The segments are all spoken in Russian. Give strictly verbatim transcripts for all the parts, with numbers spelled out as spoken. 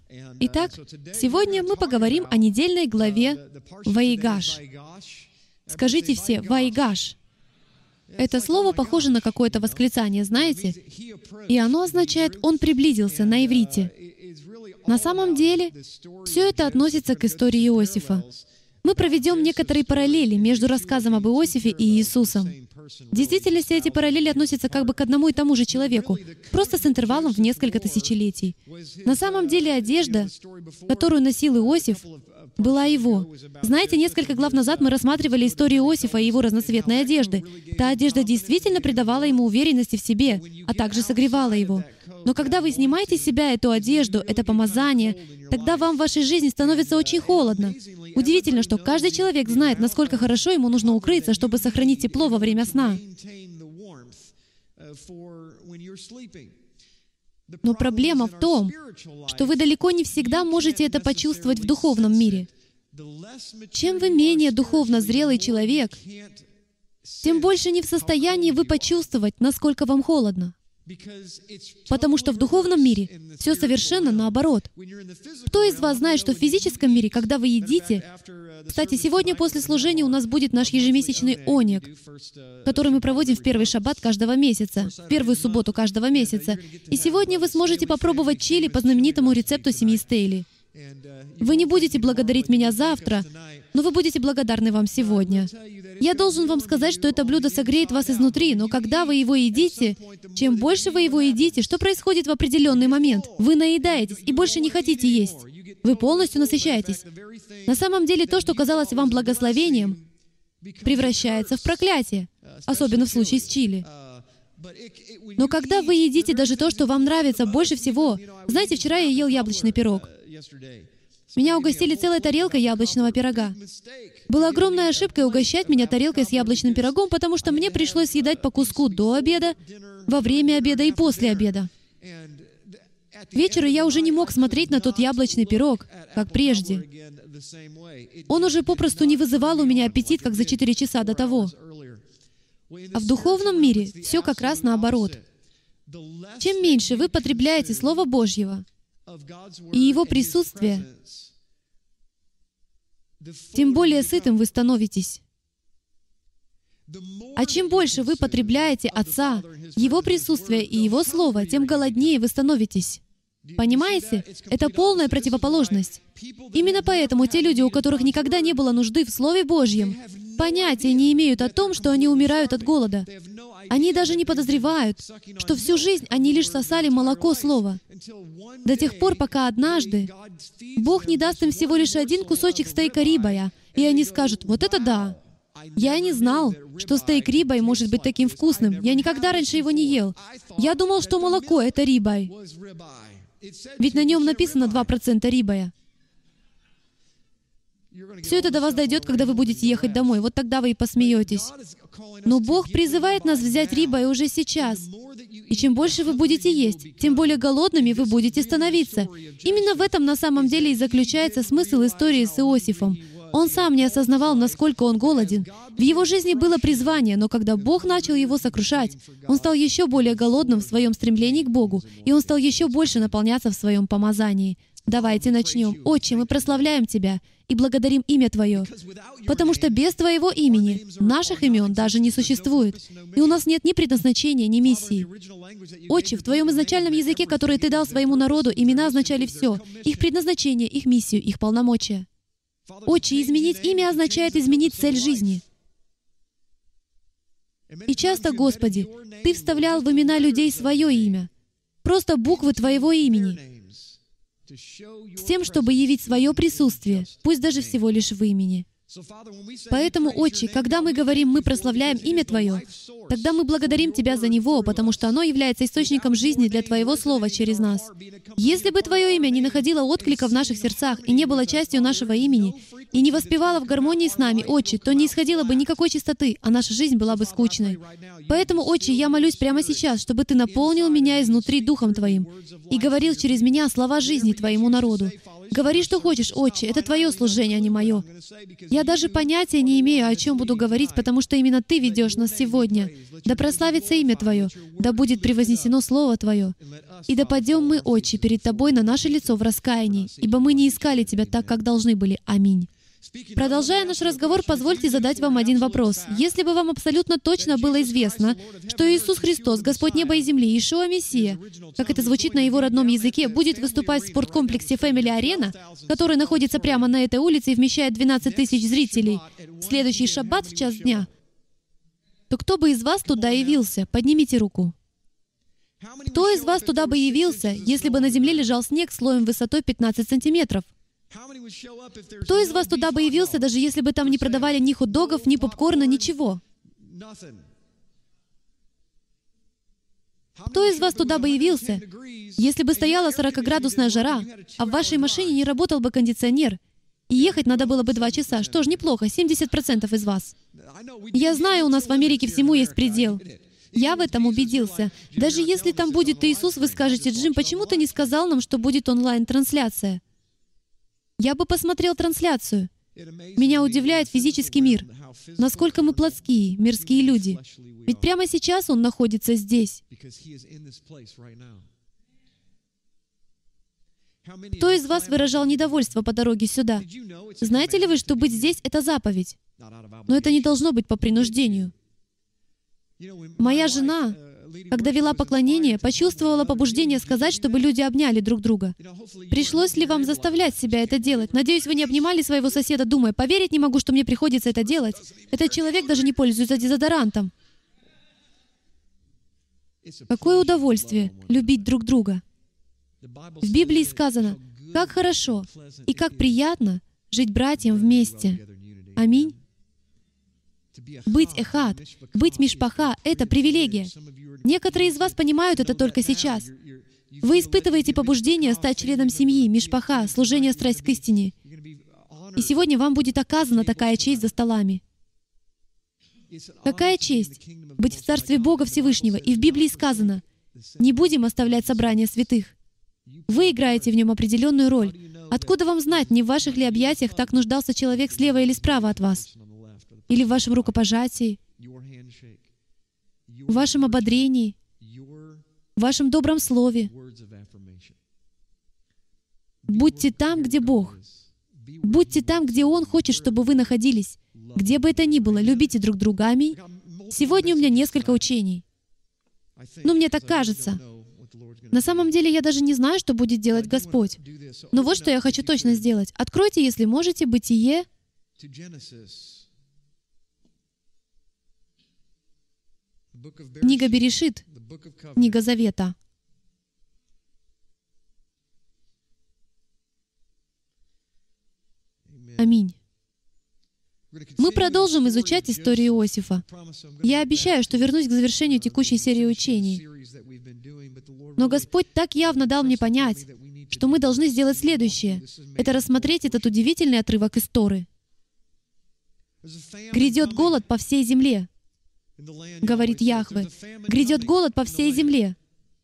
Итак, сегодня мы поговорим о недельной главе Ваигаш. Скажите все «Ваигаш». Это слово похоже на какое-то восклицание, знаете? И оно означает «он приблизился» на иврите. На самом деле, все это относится к истории Иосифа. Мы проведем некоторые параллели между рассказом об Иосифе и Иисусом. В действительности эти параллели относятся как бы к одному и тому же человеку, просто с интервалом в несколько тысячелетий. На самом деле одежда, которую носил Иосиф, была его. Знаете, несколько глав назад мы рассматривали историю Иосифа и его разноцветной одежды. Та одежда действительно придавала ему уверенности в себе, а также согревала его. Но когда вы снимаете с себя эту одежду, это помазание, тогда вам в вашей жизни становится очень холодно. Удивительно, что каждый человек знает, насколько хорошо ему нужно укрыться, чтобы сохранить тепло во время сна. Но проблема в том, что вы далеко не всегда можете это почувствовать в духовном мире. Чем вы менее духовно зрелый человек, тем больше не в состоянии вы почувствовать, насколько вам холодно. Потому что в духовном мире все совершенно наоборот. Кто из вас знает, что в физическом мире, когда вы едите... Кстати, сегодня после служения у нас будет наш ежемесячный онег, который мы проводим в первый шаббат каждого месяца, в первую субботу каждого месяца. И сегодня вы сможете попробовать чили по знаменитому рецепту семьи Стейли. Вы не будете благодарить меня завтра, но вы будете благодарны вам сегодня. Я должен вам сказать, что это блюдо согреет вас изнутри, но когда вы его едите, чем больше вы его едите, что происходит в определенный момент? Вы наедаетесь и больше не хотите есть. Вы полностью насыщаетесь. На самом деле, то, что казалось вам благословением, превращается в проклятие, особенно в случае с чили. Но когда вы едите даже то, что вам нравится больше всего... Знаете, вчера я ел яблочный пирог. Меня угостили целой тарелкой яблочного пирога. Была огромной ошибкой угощать меня тарелкой с яблочным пирогом, потому что мне пришлось съедать по куску до обеда, во время обеда и после обеда. Вечером я уже не мог смотреть на тот яблочный пирог, как прежде. Он уже попросту не вызывал у меня аппетит, как за четыре часа до того. А в духовном мире все как раз наоборот. Чем меньше вы потребляете Слова Божьего и Его присутствие, тем более сытым вы становитесь. А чем больше вы потребляете Отца, Его присутствие и Его Слово, тем голоднее вы становитесь. Понимаете? Это полная противоположность. Именно поэтому те люди, у которых никогда не было нужды в Слове Божьем, понятия не имеют о том, что они умирают от голода. Они даже не подозревают, что всю жизнь они лишь сосали молоко Слова. До тех пор, пока однажды Бог не даст им всего лишь один кусочек стейка рибая, и они скажут: «Вот это да! Я не знал, что стейк рибай может быть таким вкусным. Я никогда раньше его не ел. Я думал, что молоко — это рибай. Ведь на нем написано два процента рибая». Все это до вас дойдет, когда вы будете ехать домой. Вот тогда вы и посмеетесь. Но Бог призывает нас взять рибай уже сейчас. И чем больше вы будете есть, тем более голодными вы будете становиться. Именно в этом на самом деле и заключается смысл истории с Иосифом. Он сам не осознавал, насколько он голоден. В его жизни было призвание, но когда Бог начал его сокрушать, он стал еще более голодным в своем стремлении к Богу, и он стал еще больше наполняться в своем помазании. Давайте начнем. Отче, мы прославляем Тебя и благодарим имя Твое, потому что без Твоего имени наших имен даже не существует, и у нас нет ни предназначения, ни миссии. Отче, в Твоем изначальном языке, который Ты дал своему народу, имена означали все, их предназначение, их миссию, их полномочия. Отче, изменить имя означает изменить цель жизни. И часто, Господи, Ты вставлял в имена людей свое имя, просто буквы Твоего имени, с тем, чтобы явить свое присутствие, пусть даже всего лишь в имени. Поэтому, Отче, когда мы говорим «мы прославляем имя Твое», тогда мы благодарим Тебя за него, потому что оно является источником жизни для Твоего Слова через нас. Если бы Твое имя не находило отклика в наших сердцах и не было частью нашего имени, и не воспевало в гармонии с нами, Отче, то не исходило бы никакой чистоты, а наша жизнь была бы скучной. Поэтому, Отче, я молюсь прямо сейчас, чтобы Ты наполнил меня изнутри Духом Твоим и говорил через меня слова жизни Твоему народу. Говори, что хочешь, Отче, это Твое служение, а не мое. Я даже понятия не имею, о чем буду говорить, потому что именно Ты ведешь нас сегодня. Да прославится имя Твое, да будет превознесено Слово Твое. И да падем мы, Отче, перед Тобой на наше лицо в раскаянии, ибо мы не искали Тебя так, как должны были. Аминь. Продолжая наш разговор, позвольте задать вам один вопрос. Если бы вам абсолютно точно было известно, что Иисус Христос, Господь неба и земли, Иешуа Мессия, как это звучит на его родном языке, будет выступать в спорткомплексе Family Arena, который находится прямо на этой улице и вмещает двенадцать тысяч зрителей, в следующий шаббат в час дня, то кто бы из вас туда явился? Поднимите руку. Кто из вас туда бы явился, если бы на земле лежал снег слоем высотой пятнадцать сантиметров? Кто из вас туда бы явился, даже если бы там не продавали ни хот-догов, ни попкорна, ничего? Кто из вас туда бы явился, если бы стояла сорокаградусная жара, а в вашей машине не работал бы кондиционер, и ехать надо было бы два часа? Что ж, неплохо, семьдесят процентов из вас. Я знаю, у нас в Америке всему есть предел. Я в этом убедился. Даже если там будет Иисус, вы скажете: «Джим, почему ты не сказал нам, что будет онлайн-трансляция?» Я бы посмотрел трансляцию. Меня удивляет физический мир. Насколько мы плотские, мирские люди. Ведь прямо сейчас Он находится здесь. Кто из вас выражал недовольство по дороге сюда? Знаете ли вы, что быть здесь — это заповедь? Но это не должно быть по принуждению. Моя жена, когда вела поклонение, почувствовала побуждение сказать, чтобы люди обняли друг друга. Пришлось ли вам заставлять себя это делать? Надеюсь, вы не обнимали своего соседа, думая: «Поверить не могу, что мне приходится это делать. Этот человек даже не пользуется дезодорантом». Какое удовольствие любить друг друга. В Библии сказано: как хорошо и как приятно жить братьям вместе. Аминь. Быть эхад, быть мишпаха — это привилегия. Некоторые из вас понимают это только сейчас. Вы испытываете побуждение стать членом семьи, мишпаха, служение страсть к истине. И сегодня вам будет оказана такая честь за столами. Какая честь быть в Царстве Бога Всевышнего. И в Библии сказано: не будем оставлять собрания святых. Вы играете в нем определенную роль. Откуда вам знать, не в ваших ли объятиях так нуждался человек слева или справа от вас? Или в вашем рукопожатии, в вашем ободрении, в вашем добром слове. Будьте там, где Бог. Будьте там, где Он хочет, чтобы вы находились. Где бы это ни было, любите друг друга. Аминь. Сегодня у меня несколько учений. Ну, мне так кажется. На самом деле, я даже не знаю, что будет делать Господь. Но вот что я хочу точно сделать. Откройте, если можете, Бытие, книга Берешит, книга Завета. Аминь. Мы продолжим изучать историю Иосифа. Я обещаю, что вернусь к завершению текущей серии учений. Но Господь так явно дал мне понять, что мы должны сделать следующее. Это рассмотреть этот удивительный отрывок из Торы. «Грядет голод по всей земле», говорит Яхве. «Грядет голод по всей земле».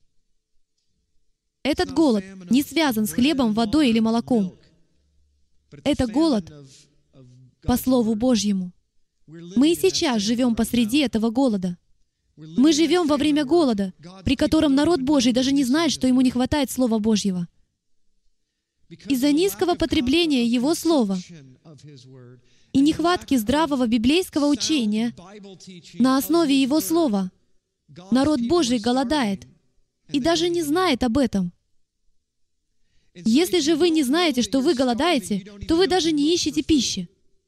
Этот голод не связан с хлебом, водой или молоком. Это голод по Слову Божьему. Мы и сейчас живем посреди этого голода. Мы живем во время голода, при котором народ Божий даже не знает, что ему не хватает Слова Божьего. Из-за низкого потребления Его Слова и нехватки здравого библейского учения на основе Его Слова народ Божий голодает и даже не знает об этом. Если же вы не знаете, что вы голодаете, то вы даже не ищете пищи.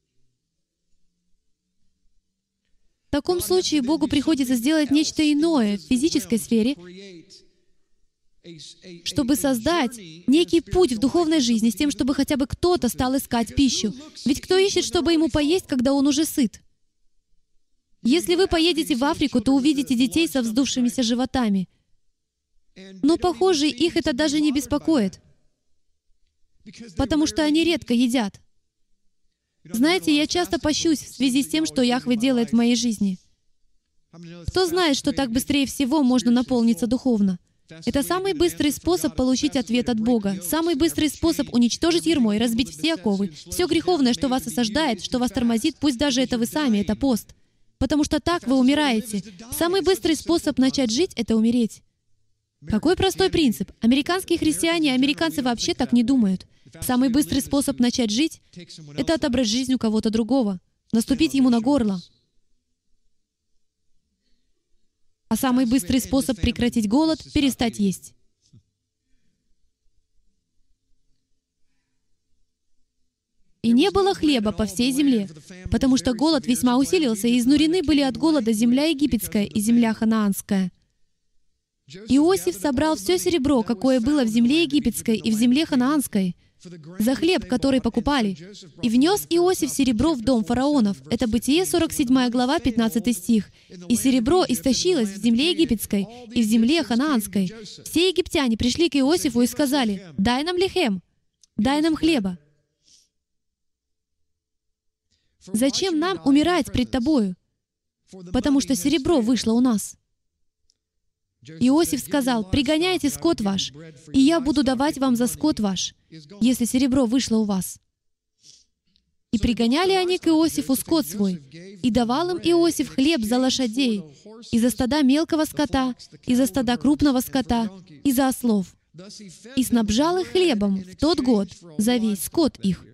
В таком случае Богу приходится сделать нечто иное в физической сфере, чтобы создать некий путь в духовной жизни с тем, чтобы хотя бы кто-то стал искать пищу. Ведь кто ищет, чтобы ему поесть, когда он уже сыт? Если вы поедете в Африку, то увидите детей со вздувшимися животами. Но, похоже, их это даже не беспокоит, потому что они редко едят. Знаете, я часто пощусь в связи с тем, что Яхве делает в моей жизни. Кто знает, что так быстрее всего можно наполниться духовно? Это самый быстрый способ получить ответ от Бога, самый быстрый способ уничтожить ярмо и разбить все оковы. Все греховное, что вас осаждает, что вас тормозит, пусть даже это вы сами, это пост. Потому что так вы умираете. Самый быстрый способ начать жить — это умереть. Какой простой принцип. Американские христиане, американцы вообще так не думают. Самый быстрый способ начать жить — это отобрать жизнь у кого-то другого, наступить ему на горло. А самый быстрый способ прекратить голод — перестать есть. И не было хлеба по всей земле, потому что голод весьма усилился, и изнурены были от голода земля египетская и земля ханаанская. Иосиф собрал все серебро, какое было в земле египетской и в земле ханаанской, за хлеб, который покупали, и внес Иосиф серебро в дом фараонов. Это Бытие, сорок седьмая глава, пятнадцатый стих. «И серебро истощилось в земле египетской и в земле ханаанской. Все египтяне пришли к Иосифу и сказали: „Дай нам лехем, дай нам хлеба. Зачем нам умирать пред тобою? Потому что серебро вышло у нас“. Иосиф сказал: „Пригоняйте скот ваш, и я буду давать вам за скот ваш, если серебро вышло у вас“. И пригоняли они к Иосифу скот свой, и давал им Иосиф хлеб за лошадей, и за стада мелкого скота, и за стада крупного скота, и за ослов. И снабжал их хлебом в тот год за весь скот их.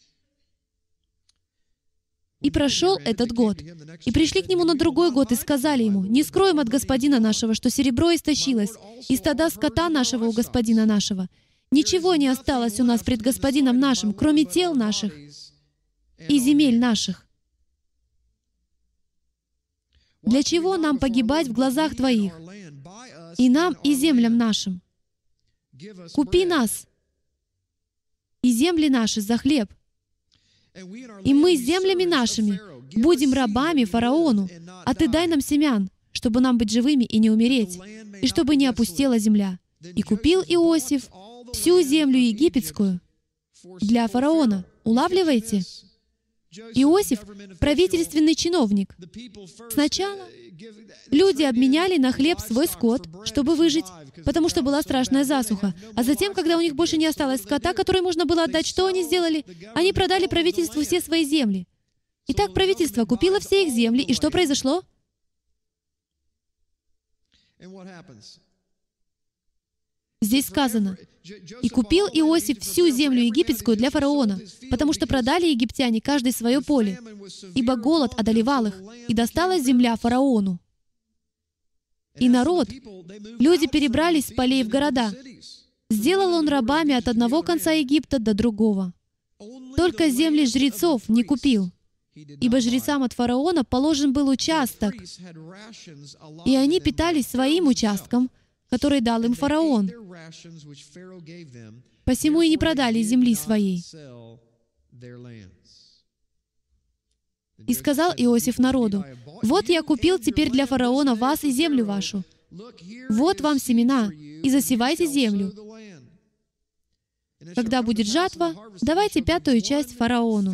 И прошел этот год. И пришли к нему на другой год и сказали ему: „Не скроем от господина нашего, что серебро истощилось, и стада скота нашего у господина нашего. Ничего не осталось у нас пред господином нашим, кроме тел наших и земель наших. Для чего нам погибать в глазах твоих, и нам, и землям нашим? Купи нас и земли наши за хлеб, и мы с землями нашими будем рабами фараону, а ты дай нам семян, чтобы нам быть живыми и не умереть, и чтобы не опустела земля“. И купил Иосиф всю землю египетскую для фараона. Улавливаете? Иосиф — правительственный чиновник. Сначала люди обменяли на хлеб свой скот, чтобы выжить, потому что была страшная засуха. А затем, когда у них больше не осталось скота, который можно было отдать, что они сделали? Они продали правительству все свои земли. Итак, правительство купило все их земли, и что произошло? Здесь сказано: «И купил Иосиф всю землю египетскую для фараона, потому что продали египтяне каждый свое поле, ибо голод одолевал их, и досталась земля фараону. И народ, люди перебрались с полей в города. Сделал он рабами от одного конца Египта до другого. Только земли жрецов не купил, ибо жрецам от фараона положен был участок, и они питались своим участком, который дал им фараон. Посему и не продали земли своей. И сказал Иосиф народу: „Вот я купил теперь для фараона вас и землю вашу. Вот вам семена, и засевайте землю. Когда будет жатва, давайте пятую часть фараону“.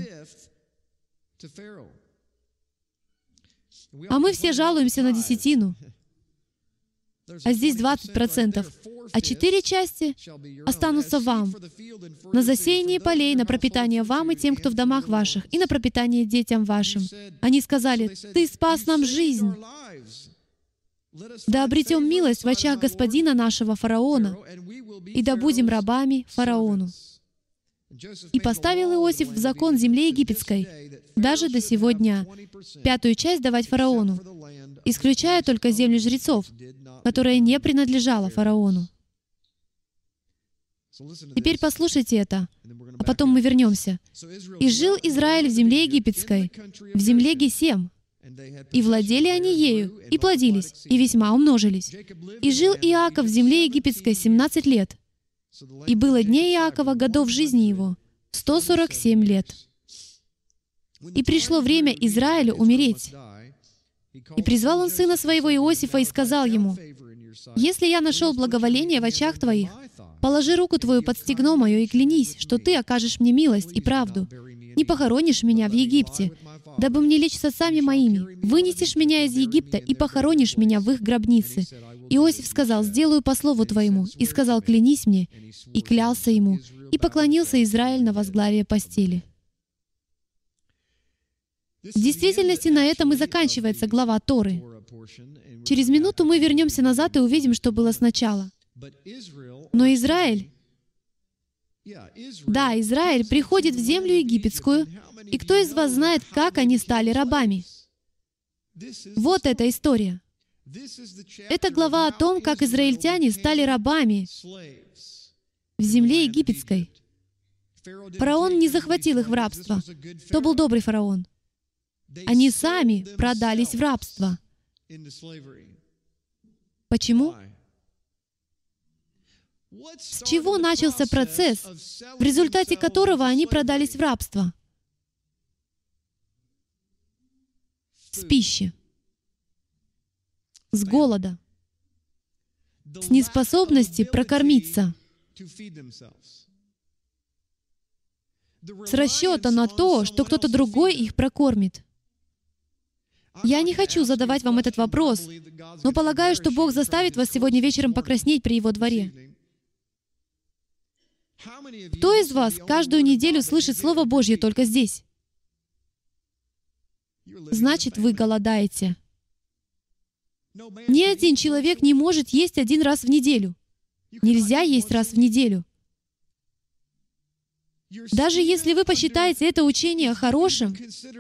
А мы все жалуемся на десятину. А здесь двадцать процентов, а четыре части останутся вам на засеяние полей, на пропитание вам и тем, кто в домах ваших, и на пропитание детям вашим. Они сказали: „Ты спас нам жизнь. Да обретем милость в очах господина нашего фараона, и да будем рабами фараону“. И поставил Иосиф в закон земле египетской, даже до сего дня, пятую часть давать фараону, исключая только землю жрецов, которая не принадлежала фараону. Теперь послушайте это, а потом мы вернемся. «И жил Израиль в земле египетской, в земле Гесем, и владели они ею, и плодились, и весьма умножились. И жил Иаков в земле египетской семнадцать лет, и было дней Иакова, годов жизни его, сто сорок семь лет. И пришло время Израилю умереть. И призвал он сына своего Иосифа и сказал ему: „Если я нашел благоволение в очах твоих, положи руку твою под стегно мое и клянись, что ты окажешь мне милость и правду. Не похоронишь меня в Египте, дабы мне лечь с отцами моими. Вынесешь меня из Египта и похоронишь меня в их гробнице. Иосиф сказал: «Сделаю по слову твоему». И сказал: «Клянись мне». И клялся ему. И поклонился Израиль на возглавие постели. В действительности на этом и заканчивается глава Торы. Через минуту мы вернемся назад и увидим, что было сначала. Но Израиль, да, Израиль приходит в землю египетскую, и кто из вас знает, как они стали рабами? Вот эта история. Это глава о том, как израильтяне стали рабами в земле египетской. Фараон не захватил их в рабство. То был добрый фараон. Они сами продались в рабство. Почему? С чего начался процесс, в результате которого они продались в рабство? С пищи, с голода, с неспособности прокормиться, с расчета на то, что кто-то другой их прокормит. Я не хочу задавать вам этот вопрос, но полагаю, что Бог заставит вас сегодня вечером покраснеть при Его дворе. Кто из вас каждую неделю слышит Слово Божье только здесь? Значит, вы голодаете. Ни один человек не может есть один раз в неделю. Нельзя есть раз в неделю. Даже если вы посчитаете это учение хорошим,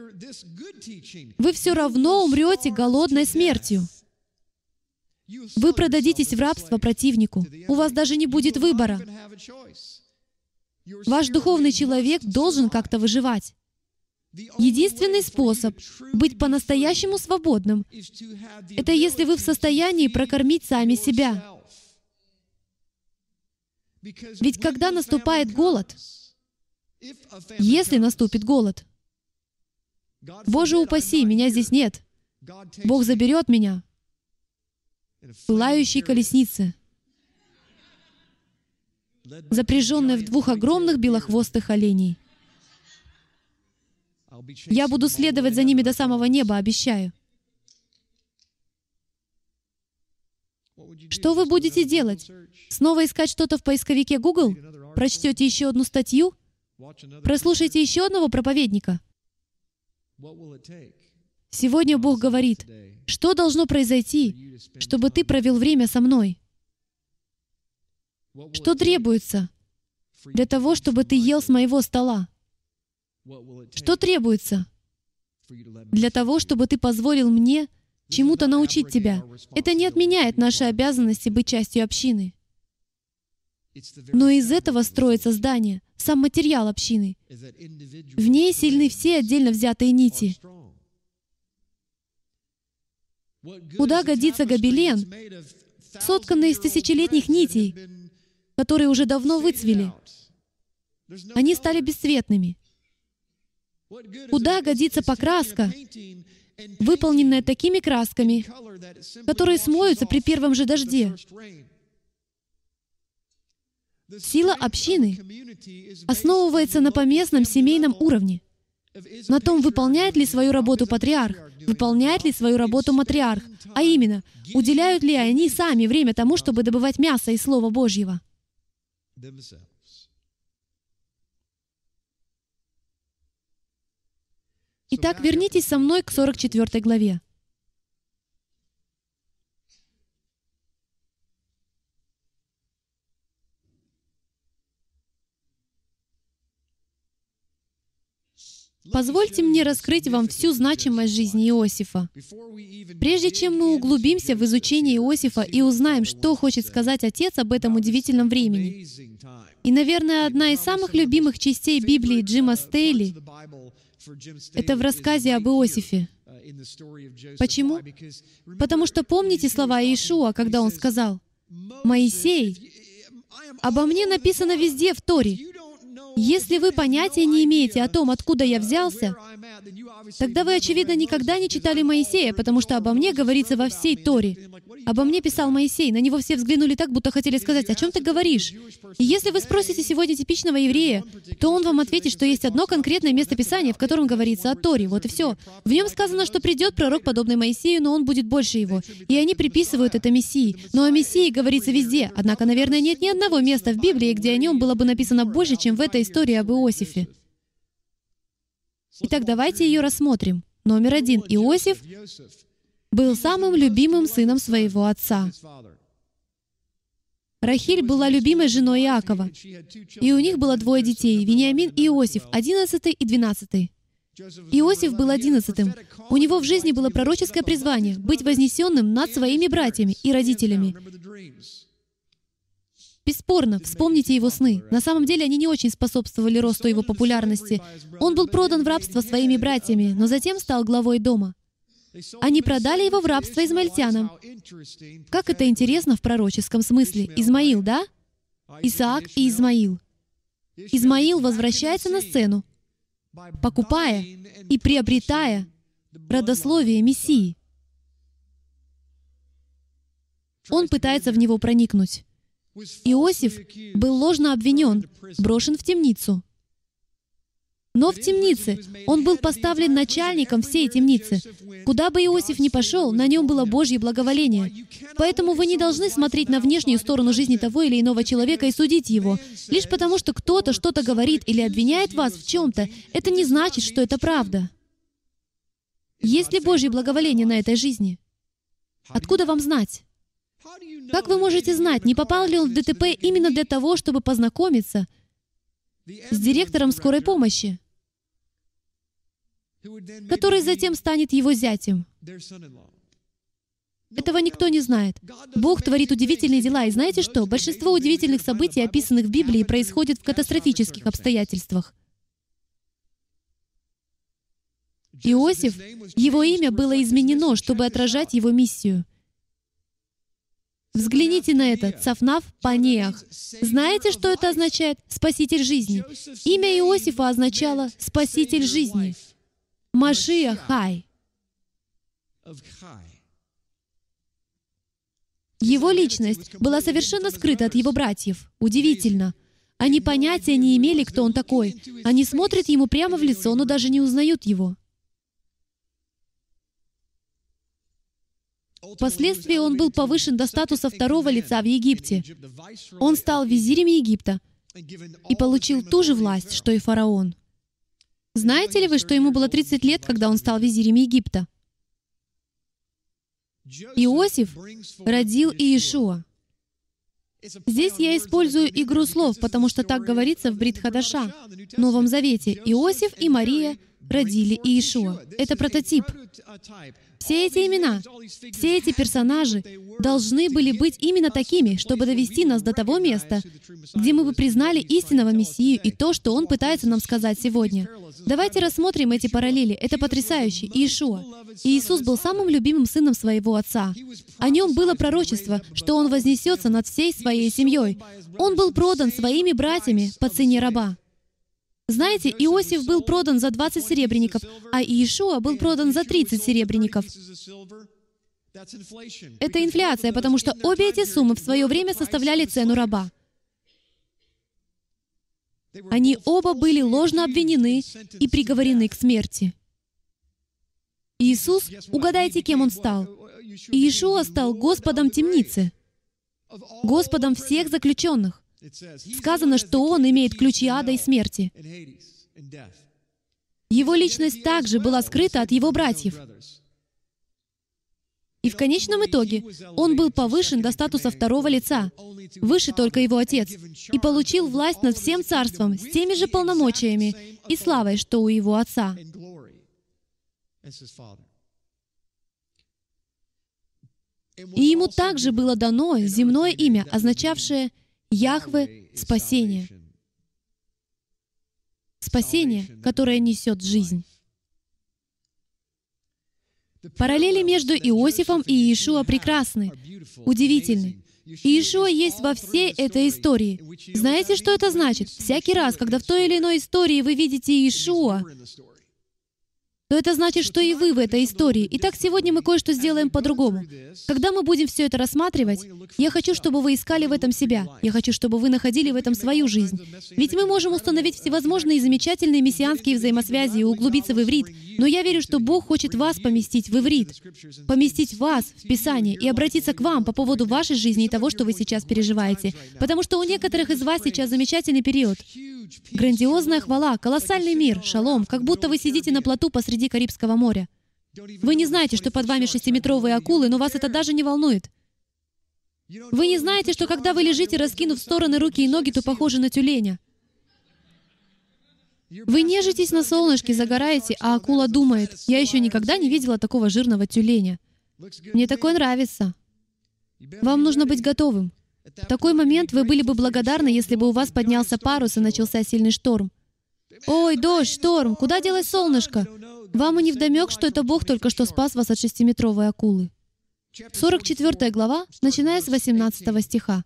вы все равно умрете голодной смертью. Вы продадитесь в рабство противнику. У вас даже не будет выбора. Ваш духовный человек должен как-то выживать. Единственный способ быть по-настоящему свободным — это если вы в состоянии прокормить сами себя. Ведь когда наступает голод, если наступит голод, Боже упаси, меня здесь нет. Бог заберет меня в пылающей колеснице, запряженной в двух огромных белохвостых оленей. Я буду следовать за ними до самого неба, обещаю. Что вы будете делать? Снова искать что-то в поисковике Google? Прочтете еще одну статью? Прослушайте еще одного проповедника? Сегодня Бог говорит, что должно произойти, чтобы ты провел время со мной? Что требуется для того, чтобы ты ел с моего стола? Что требуется для того, чтобы ты позволил мне чему-то научить тебя? Это не отменяет наши обязанности быть частью общины. Но из этого строится здание, сам материал общины. В ней сильны все отдельно взятые нити. Куда годится гобелен, сотканный из тысячелетних нитей, которые уже давно выцвели? Они стали бесцветными. Куда годится покраска, выполненная такими красками, которые смоются при первом же дожде? Сила общины основывается на поместном семейном уровне, на том, выполняет ли свою работу патриарх, выполняет ли свою работу матриарх, а именно, уделяют ли они сами время тому, чтобы добывать мясо из Слова Божьего. Итак, вернитесь со мной к сорок четвёртой главе. Позвольте мне раскрыть вам всю значимость жизни Иосифа. Прежде чем мы углубимся в изучение Иосифа и узнаем, что хочет сказать Отец об этом удивительном времени. И, наверное, одна из самых любимых частей Библии Джима Стейли — это в рассказе об Иосифе. Почему? Потому что помните слова Иешуа, когда он сказал: «Моисей, обо мне написано везде в Торе. Если вы понятия не имеете о том, откуда я взялся, Тогда вы, очевидно, никогда не читали Моисея, потому что обо мне говорится во всей Торе. Обо мне писал Моисей. На него все взглянули так, будто хотели сказать: «О чем ты говоришь?» И если вы спросите сегодня типичного еврея, то он вам ответит, что есть одно конкретное место Писания, в котором говорится о Торе. Вот и все. В нем сказано, что придет пророк, подобный Моисею, но он будет больше его. И они приписывают это Мессии. Но о Мессии говорится везде. Однако, наверное, нет ни одного места в Библии, где о нем было бы написано больше, чем в этой истории об Иосифе. Итак, давайте ее рассмотрим. Номер один. Иосиф был самым любимым сыном своего отца. Рахиль была любимой женой Иакова, и у них было двое детей, Вениамин и Иосиф, одиннадцатый и двенадцатый. Иосиф был одиннадцатым. У него в жизни было пророческое призвание — быть вознесенным над своими братьями и родителями. Бесспорно, вспомните его сны. На самом деле они не очень способствовали росту его популярности. Он был продан в рабство своими братьями, но затем стал главой дома. Они продали его в рабство измаильтянам. Как это интересно в пророческом смысле. Измаил, да? Исаак и Измаил. Измаил возвращается на сцену, покупая и приобретая родословие Мессии. Он пытается в него проникнуть. Иосиф был ложно обвинен, брошен в темницу. Но в темнице он был поставлен начальником всей темницы. Куда бы Иосиф ни пошел, на нем было Божье благоволение. Поэтому вы не должны смотреть на внешнюю сторону жизни того или иного человека и судить его. Лишь потому, что кто-то что-то говорит или обвиняет вас в чем-то, это не значит, что это правда. Есть ли Божье благоволение на этой жизни? Откуда вам знать? Как вы можете знать, не попал ли он в ДТП именно для того, чтобы познакомиться с директором скорой помощи, который затем станет его зятем? Этого никто не знает. Бог творит удивительные дела, и знаете что? Большинство удивительных событий, описанных в Библии, происходит в катастрофических обстоятельствах. Иосиф, его имя было изменено, чтобы отражать его миссию. Взгляните на это. Цафнав Панеах. Знаете, что это означает? Спаситель жизни. Имя Иосифа означало «спаситель жизни». Машиах Хай. Его личность была совершенно скрыта от его братьев. Удивительно. Они понятия не имели, кто он такой. Они смотрят ему прямо в лицо, но даже не узнают его. Впоследствии он был повышен до статуса второго лица в Египте. Он стал визирем Египта и получил ту же власть, что и фараон. Знаете ли вы, что ему было тридцать лет, когда он стал визирем Египта? Иосиф родил Иешуа. Здесь я использую игру слов, потому что так говорится в Брит Хадаша, Новом Завете. Иосиф и Мария родили Иешуа. Это прототип. Все эти имена, все эти персонажи должны были быть именно такими, чтобы довести нас до того места, где мы бы признали истинного Мессию и то, что Он пытается нам сказать сегодня. Давайте рассмотрим эти параллели. Это потрясающе. Иешуа. Иисус был самым любимым сыном своего отца. О нем было пророчество, что Он вознесется над всей своей семьей. Он был продан своими братьями по цене раба. Знаете, Иосиф был продан за двадцать серебряников, а Иешуа был продан за тридцать серебряников. Это инфляция, потому что обе эти суммы в свое время составляли цену раба. Они оба были ложно обвинены и приговорены к смерти. Иисус, угадайте, кем Он стал? Иешуа стал Господом темницы, Господом всех заключенных. Сказано, что Он имеет ключи ада и смерти. Его личность также была скрыта от его братьев. И в конечном итоге он был повышен до статуса второго лица, выше только его отец, и получил власть над всем царством с теми же полномочиями и славой, что у его отца. И ему также было дано земное имя, означавшее Яхве — спасение. Спасение, которое несет жизнь. Параллели между Иосифом и Иешуа прекрасны, удивительны. Иешуа есть во всей этой истории. Знаете, что это значит? Всякий раз, когда в той или иной истории вы видите Иешуа, то это значит, что и вы в этой истории. Итак, сегодня мы кое-что сделаем по-другому. Когда мы будем все это рассматривать, я хочу, чтобы вы искали в этом себя. Я хочу, чтобы вы находили в этом свою жизнь. Ведь мы можем установить всевозможные замечательные мессианские взаимосвязи и углубиться в иврит, но я верю, что Бог хочет вас поместить в иврит, поместить вас в Писание и обратиться к вам по поводу вашей жизни и того, что вы сейчас переживаете. Потому что у некоторых из вас сейчас замечательный период. Грандиозная хвала, колоссальный мир, шалом, как будто вы сидите на плоту посреди Карибского моря. Вы не знаете, что под вами шестиметровые акулы, но вас это даже не волнует. Вы не знаете, что когда вы лежите, раскинув в стороны руки и ноги, то похожи на тюленя. Вы нежитесь на солнышке, загораете, а акула думает: «Я еще никогда не видела такого жирного тюленя. Мне такое нравится». Вам нужно быть готовым. В такой момент вы были бы благодарны, если бы у вас поднялся парус и начался сильный шторм. «Ой, дождь, шторм, куда делось солнышко?» Вам и невдомек, что это Бог только что спас вас от шестиметровой акулы. сорок четвёртая глава, начиная с восемнадцатого стиха.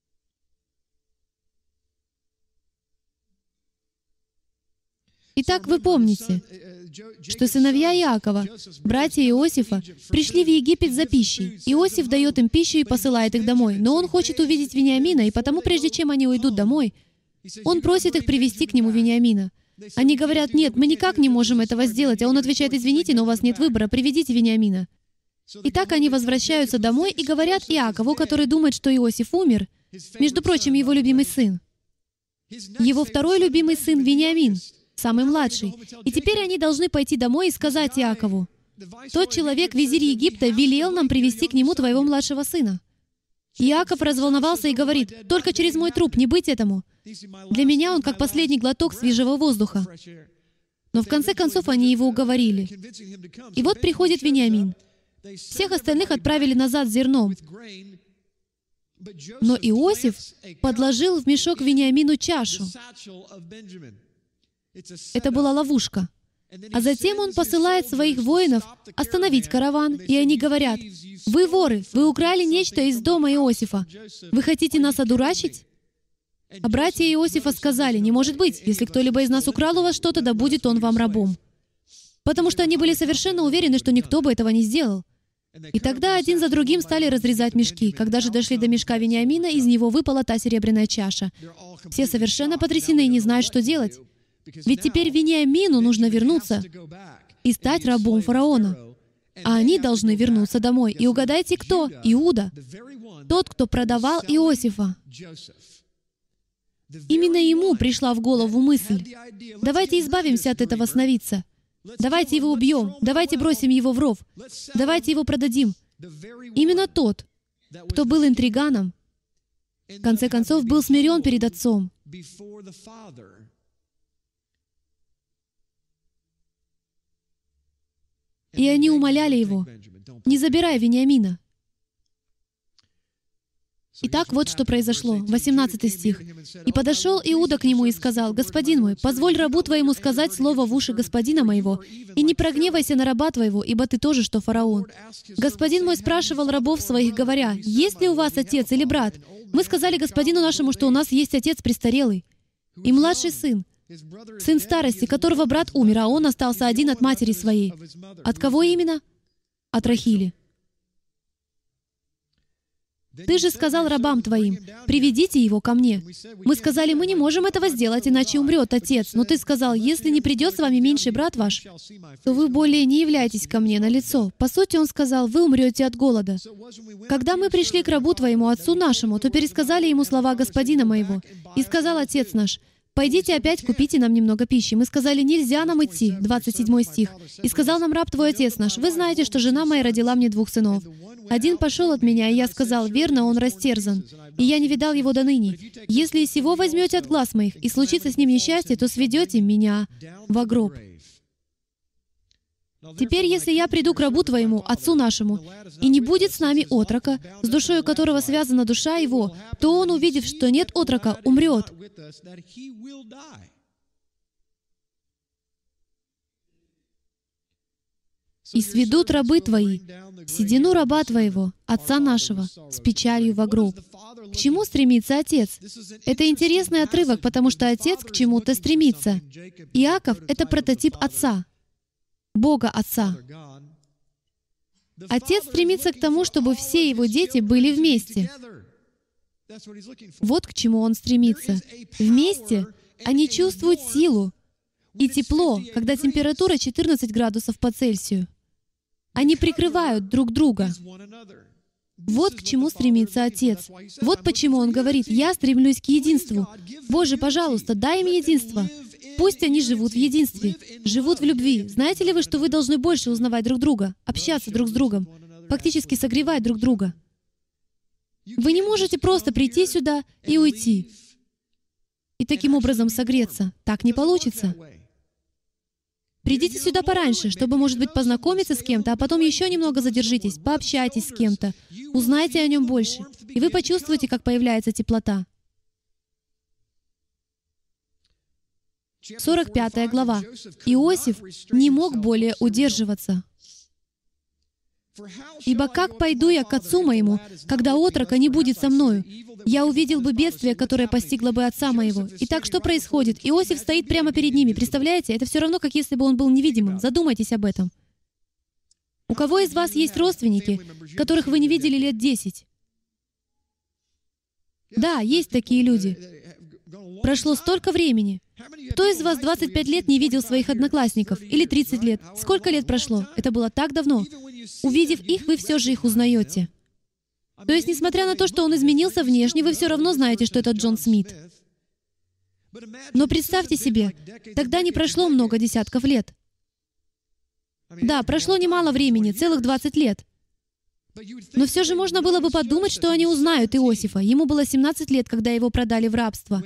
Итак, вы помните, что сыновья Иакова, братья Иосифа, пришли в Египет за пищей. Иосиф дает им пищу и посылает их домой. Но он хочет увидеть Вениамина, и потому, прежде чем они уйдут домой, он просит их привести к нему Вениамина. Они говорят: «Нет, мы никак не можем этого сделать». А он отвечает: «Извините, но у вас нет выбора, приведите Вениамина». Итак, они возвращаются домой и говорят Иакову, который думает, что Иосиф умер, между прочим, его любимый сын. Его второй любимый сын Вениамин, самый младший. И теперь они должны пойти домой и сказать Иакову: «Тот человек, визирь Египта, велел нам привести к нему твоего младшего сына». Иаков разволновался и говорит: «Только через мой труп, не быть этому. Для меня он как последний глоток свежего воздуха». Но в конце концов они его уговорили. И вот приходит Вениамин. Всех остальных отправили назад с зерном. Но Иосиф подложил в мешок Вениамину чашу. Это была ловушка. А затем он посылает своих воинов остановить караван, и они говорят: «Вы воры, вы украли нечто из дома Иосифа. Вы хотите нас одурачить?» А братья Иосифа сказали: «Не может быть, если кто-либо из нас украл у вас что-то, да будет он вам рабом». Потому что они были совершенно уверены, что никто бы этого не сделал. И тогда один за другим стали разрезать мешки. Когда же дошли до мешка Вениамина, из него выпала та серебряная чаша. Все совершенно потрясены и не знают, что делать. Ведь теперь Вениамину нужно вернуться и стать рабом фараона. А они должны вернуться домой. И угадайте, кто? Иуда. Тот, кто продавал Иосифа. Именно ему пришла в голову мысль: давайте избавимся от этого сновидца. Давайте его убьем. Давайте бросим его в ров. Давайте его продадим. Именно тот, кто был интриганом, в конце концов, был смирен перед отцом. И они умоляли его: «Не забирай Вениамина». Итак, вот что произошло. восемнадцатый стих. «И подошел Иуда к нему и сказал: „Господин мой, позволь рабу твоему сказать слово в уши господина моего, и не прогневайся на раба твоего, ибо ты тоже, что фараон. Господин мой спрашивал рабов своих, говоря: „Есть ли у вас отец или брат?“ Мы сказали господину нашему, что у нас есть отец престарелый и младший сын, сын старости, которого брат умер, а он остался один от матери своей». От кого именно? От Рахили. «Ты же сказал рабам твоим: „Приведите его ко мне“. Мы сказали: „Мы не можем этого сделать, иначе умрет отец“. Но ты сказал: „Если не придет с вами меньший брат ваш, то вы более не являетесь ко мне на лицо“. По сути, он сказал: „Вы умрете от голода“. Когда мы пришли к рабу твоему, отцу нашему, то пересказали ему слова господина моего. И сказал отец наш: „Пойдите опять купите нам немного пищи“. Мы сказали: „Нельзя нам идти“. двадцать седьмой стих. «И сказал нам раб твой отец наш: „Вы знаете, что жена моя родила мне двух сынов. Один пошел от меня, и я сказал: „Верно, он растерзан“. И я не видал его до ныне. Если и сего возьмете от глаз моих, и случится с ним несчастье, то сведете меня во гроб. Теперь, если я приду к рабу твоему, отцу нашему, и не будет с нами отрока, с душою которого связана душа его, то он, увидев, что нет отрока, умрет. И сведут рабы твои седину раба твоего, отца нашего, с печалью во гроб». К чему стремится отец? Это интересный отрывок, потому что отец к чему-то стремится. Иаков — это прототип отца. Бога Отца. Отец стремится к тому, чтобы все Его дети были вместе. Вот к чему Он стремится. Вместе они чувствуют силу и тепло, когда температура четырнадцать градусов по Цельсию. Они прикрывают друг друга. Вот к чему стремится Отец. Вот почему Он говорит: «Я стремлюсь к единству». Боже, пожалуйста, дай им единство. Пусть они живут в единстве, живут в любви. Знаете ли вы, что вы должны больше узнавать друг друга, общаться друг с другом, фактически согревать друг друга? Вы не можете просто прийти сюда и уйти, и таким образом согреться. Так не получится. Придите сюда пораньше, чтобы, может быть, познакомиться с кем-то, а потом еще немного задержитесь, пообщайтесь с кем-то, узнайте о нем больше, и вы почувствуете, как появляется теплота. сорок пятая глава. Иосиф не мог более удерживаться. «Ибо как пойду я к отцу моему, когда отрока не будет со мною? Я увидел бы бедствие, которое постигло бы отца моего». Итак, что происходит? Иосиф стоит прямо перед ними. Представляете? Это все равно, как если бы он был невидимым. Задумайтесь об этом. У кого из вас есть родственники, которых вы не видели лет десять? Да, есть такие люди. Прошло столько времени. Кто из вас двадцать пять лет не видел своих одноклассников? Или тридцать лет? Сколько лет прошло? Это было так давно. Увидев их, вы все же их узнаете. То есть, несмотря на то, что он изменился внешне, вы все равно знаете, что это Джон Смит. Но представьте себе, тогда не прошло много десятков лет. Да, прошло немало времени, целых двадцать лет. Но все же можно было бы подумать, что они узнают Иосифа. Ему было семнадцать лет, когда его продали в рабство.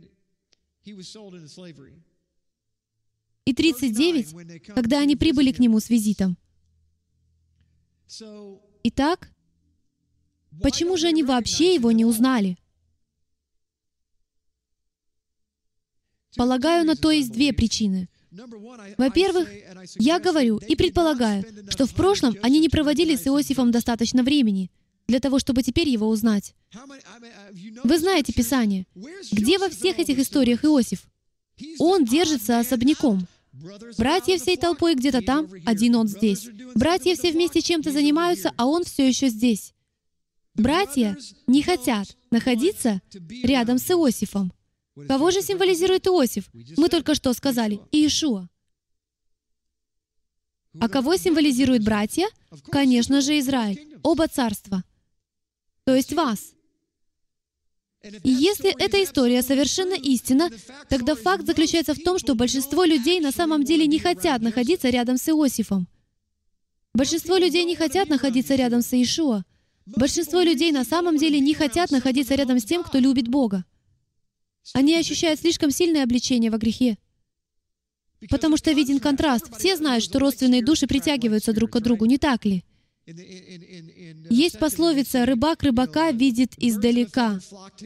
И тридцать девять, когда они прибыли к нему с визитом. Итак, почему же они вообще его не узнали? Полагаю, на то есть две причины. Во-первых, я говорю и предполагаю, что в прошлом они не проводили с Иосифом достаточно времени для того, чтобы теперь его узнать. Вы знаете Писание. Где во всех этих историях Иосиф? Он держится особняком. Братья всей толпой где-то там, один он здесь. Братья все вместе чем-то занимаются, а он все еще здесь. Братья не хотят находиться рядом с Иосифом. Кого же символизирует Иосиф? Мы только что сказали Иешуа. А кого символизируют братья? Конечно же, Израиль. Оба царства. То есть вас. И если эта история совершенно истинна, тогда факт заключается в том, что большинство людей на самом деле не хотят находиться рядом с Иосифом. Большинство людей не хотят находиться рядом с Иешуа. Большинство людей на самом деле не хотят находиться рядом с тем, кто любит Бога. Они ощущают слишком сильное обличение во грехе. Потому что виден контраст. Все знают, что родственные души притягиваются друг к другу, не так ли? Есть пословица «рыбак рыбака видит издалека».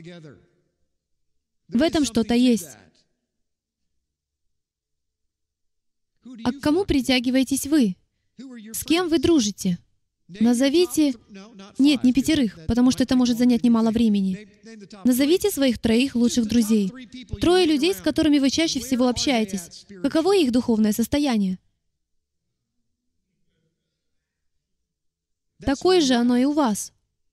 В этом что-то есть. А к кому притягиваетесь вы? С кем вы дружите? Назовите... Нет, не пятерых, потому что это может занять немало времени. Назовите своих троих лучших друзей. Трое людей, с которыми вы чаще всего общаетесь. Каково их духовное состояние? Такое же оно и у вас.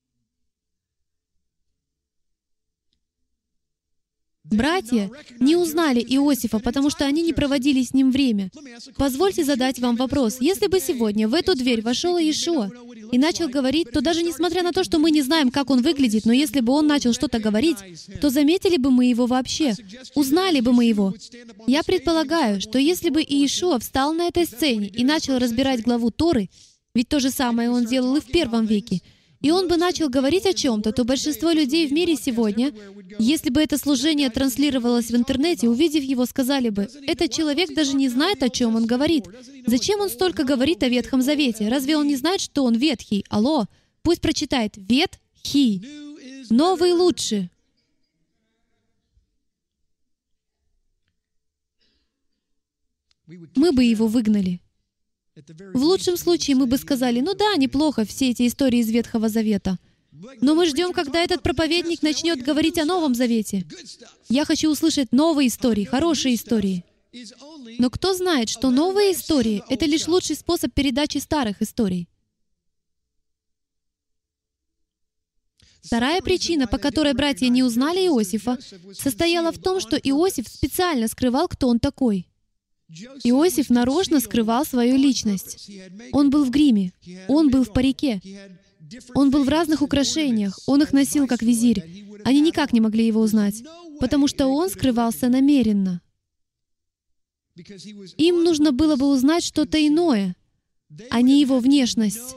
Братья не узнали Иосифа, потому что они не проводили с ним время. Позвольте задать вам вопрос. Если бы сегодня в эту дверь вошел Иешуа и начал говорить, то даже несмотря на то, что мы не знаем, как он выглядит, но если бы он начал что-то говорить, то заметили бы мы его вообще? Узнали бы мы его? Я предполагаю, что если бы Иешуа встал на этой сцене и начал разбирать главу Торы, ведь то же самое он делал и в первом веке, и он бы начал говорить о чем-то, то большинство людей в мире сегодня, если бы это служение транслировалось в интернете, увидев его, сказали бы: «Этот человек даже не знает, о чем он говорит. Зачем он столько говорит о Ветхом Завете? Разве он не знает, что он ветхий? Алло, пусть прочитает: Ветхий. Новый лучше». Мы бы его выгнали. В лучшем случае мы бы сказали: ну да, неплохо, все эти истории из Ветхого Завета. Но мы ждем, когда этот проповедник начнет говорить о Новом Завете. Я хочу услышать новые истории, хорошие истории. Но кто знает, что новые истории — это лишь лучший способ передачи старых историй. Вторая причина, по которой братья не узнали Иосифа, состояла в том, что Иосиф специально скрывал, кто он такой. Иосиф нарочно скрывал свою личность. Он был в гриме, он был в парике, он был в разных украшениях, он их носил как визирь. Они никак не могли его узнать, потому что он скрывался намеренно. Им нужно было бы узнать что-то иное, а не его внешность.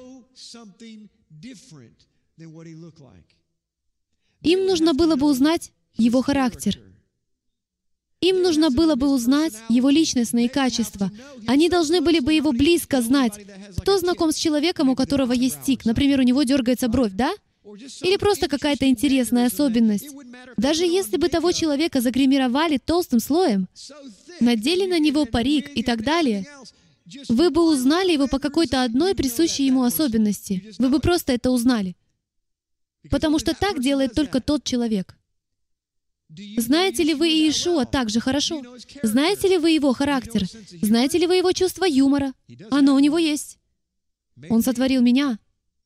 Им нужно было бы узнать его характер. Им нужно было бы узнать его личностные качества. Они должны были бы его близко знать. Кто знаком с человеком, у которого есть тик? Например, у него дергается бровь, да? Или просто какая-то интересная особенность. Даже если бы того человека загримировали толстым слоем, надели на него парик и так далее, вы бы узнали его по какой-то одной присущей ему особенности. Вы бы просто это узнали. Потому что так делает только тот человек. Знаете ли вы Иешуа так же хорошо? Знаете ли вы его характер? Знаете ли вы его чувство юмора? Оно у него есть. Он сотворил меня.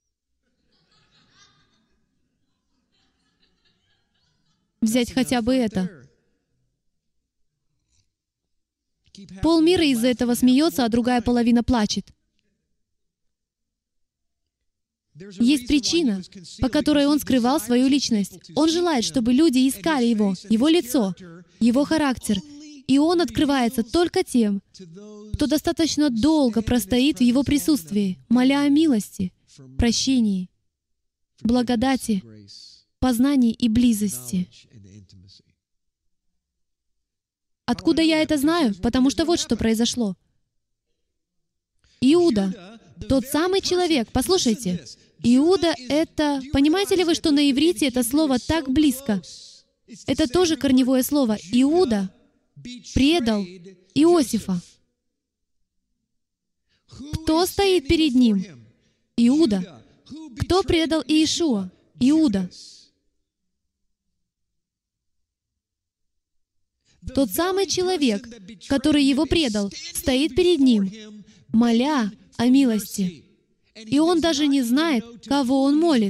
Взять хотя бы это. Полмира из-за этого смеется, а другая половина плачет. Есть причина, по которой он скрывал свою личность. Он желает, чтобы люди искали его, его лицо, его характер. И он открывается только тем, кто достаточно долго простоит в его присутствии, моля о милости, прощении, благодати, познании и близости. Откуда я это знаю? Потому что вот что произошло. Иуда, тот самый человек, послушайте, Иуда — это... Понимаете ли вы, что на иврите это слово так близко? Это тоже корневое слово. Иуда предал Иосифа. Кто стоит перед ним? Иуда. Кто предал Иешуа? Иуда. Тот самый человек, который его предал, стоит перед ним, моля о милости. И он даже не знает, кого он молит.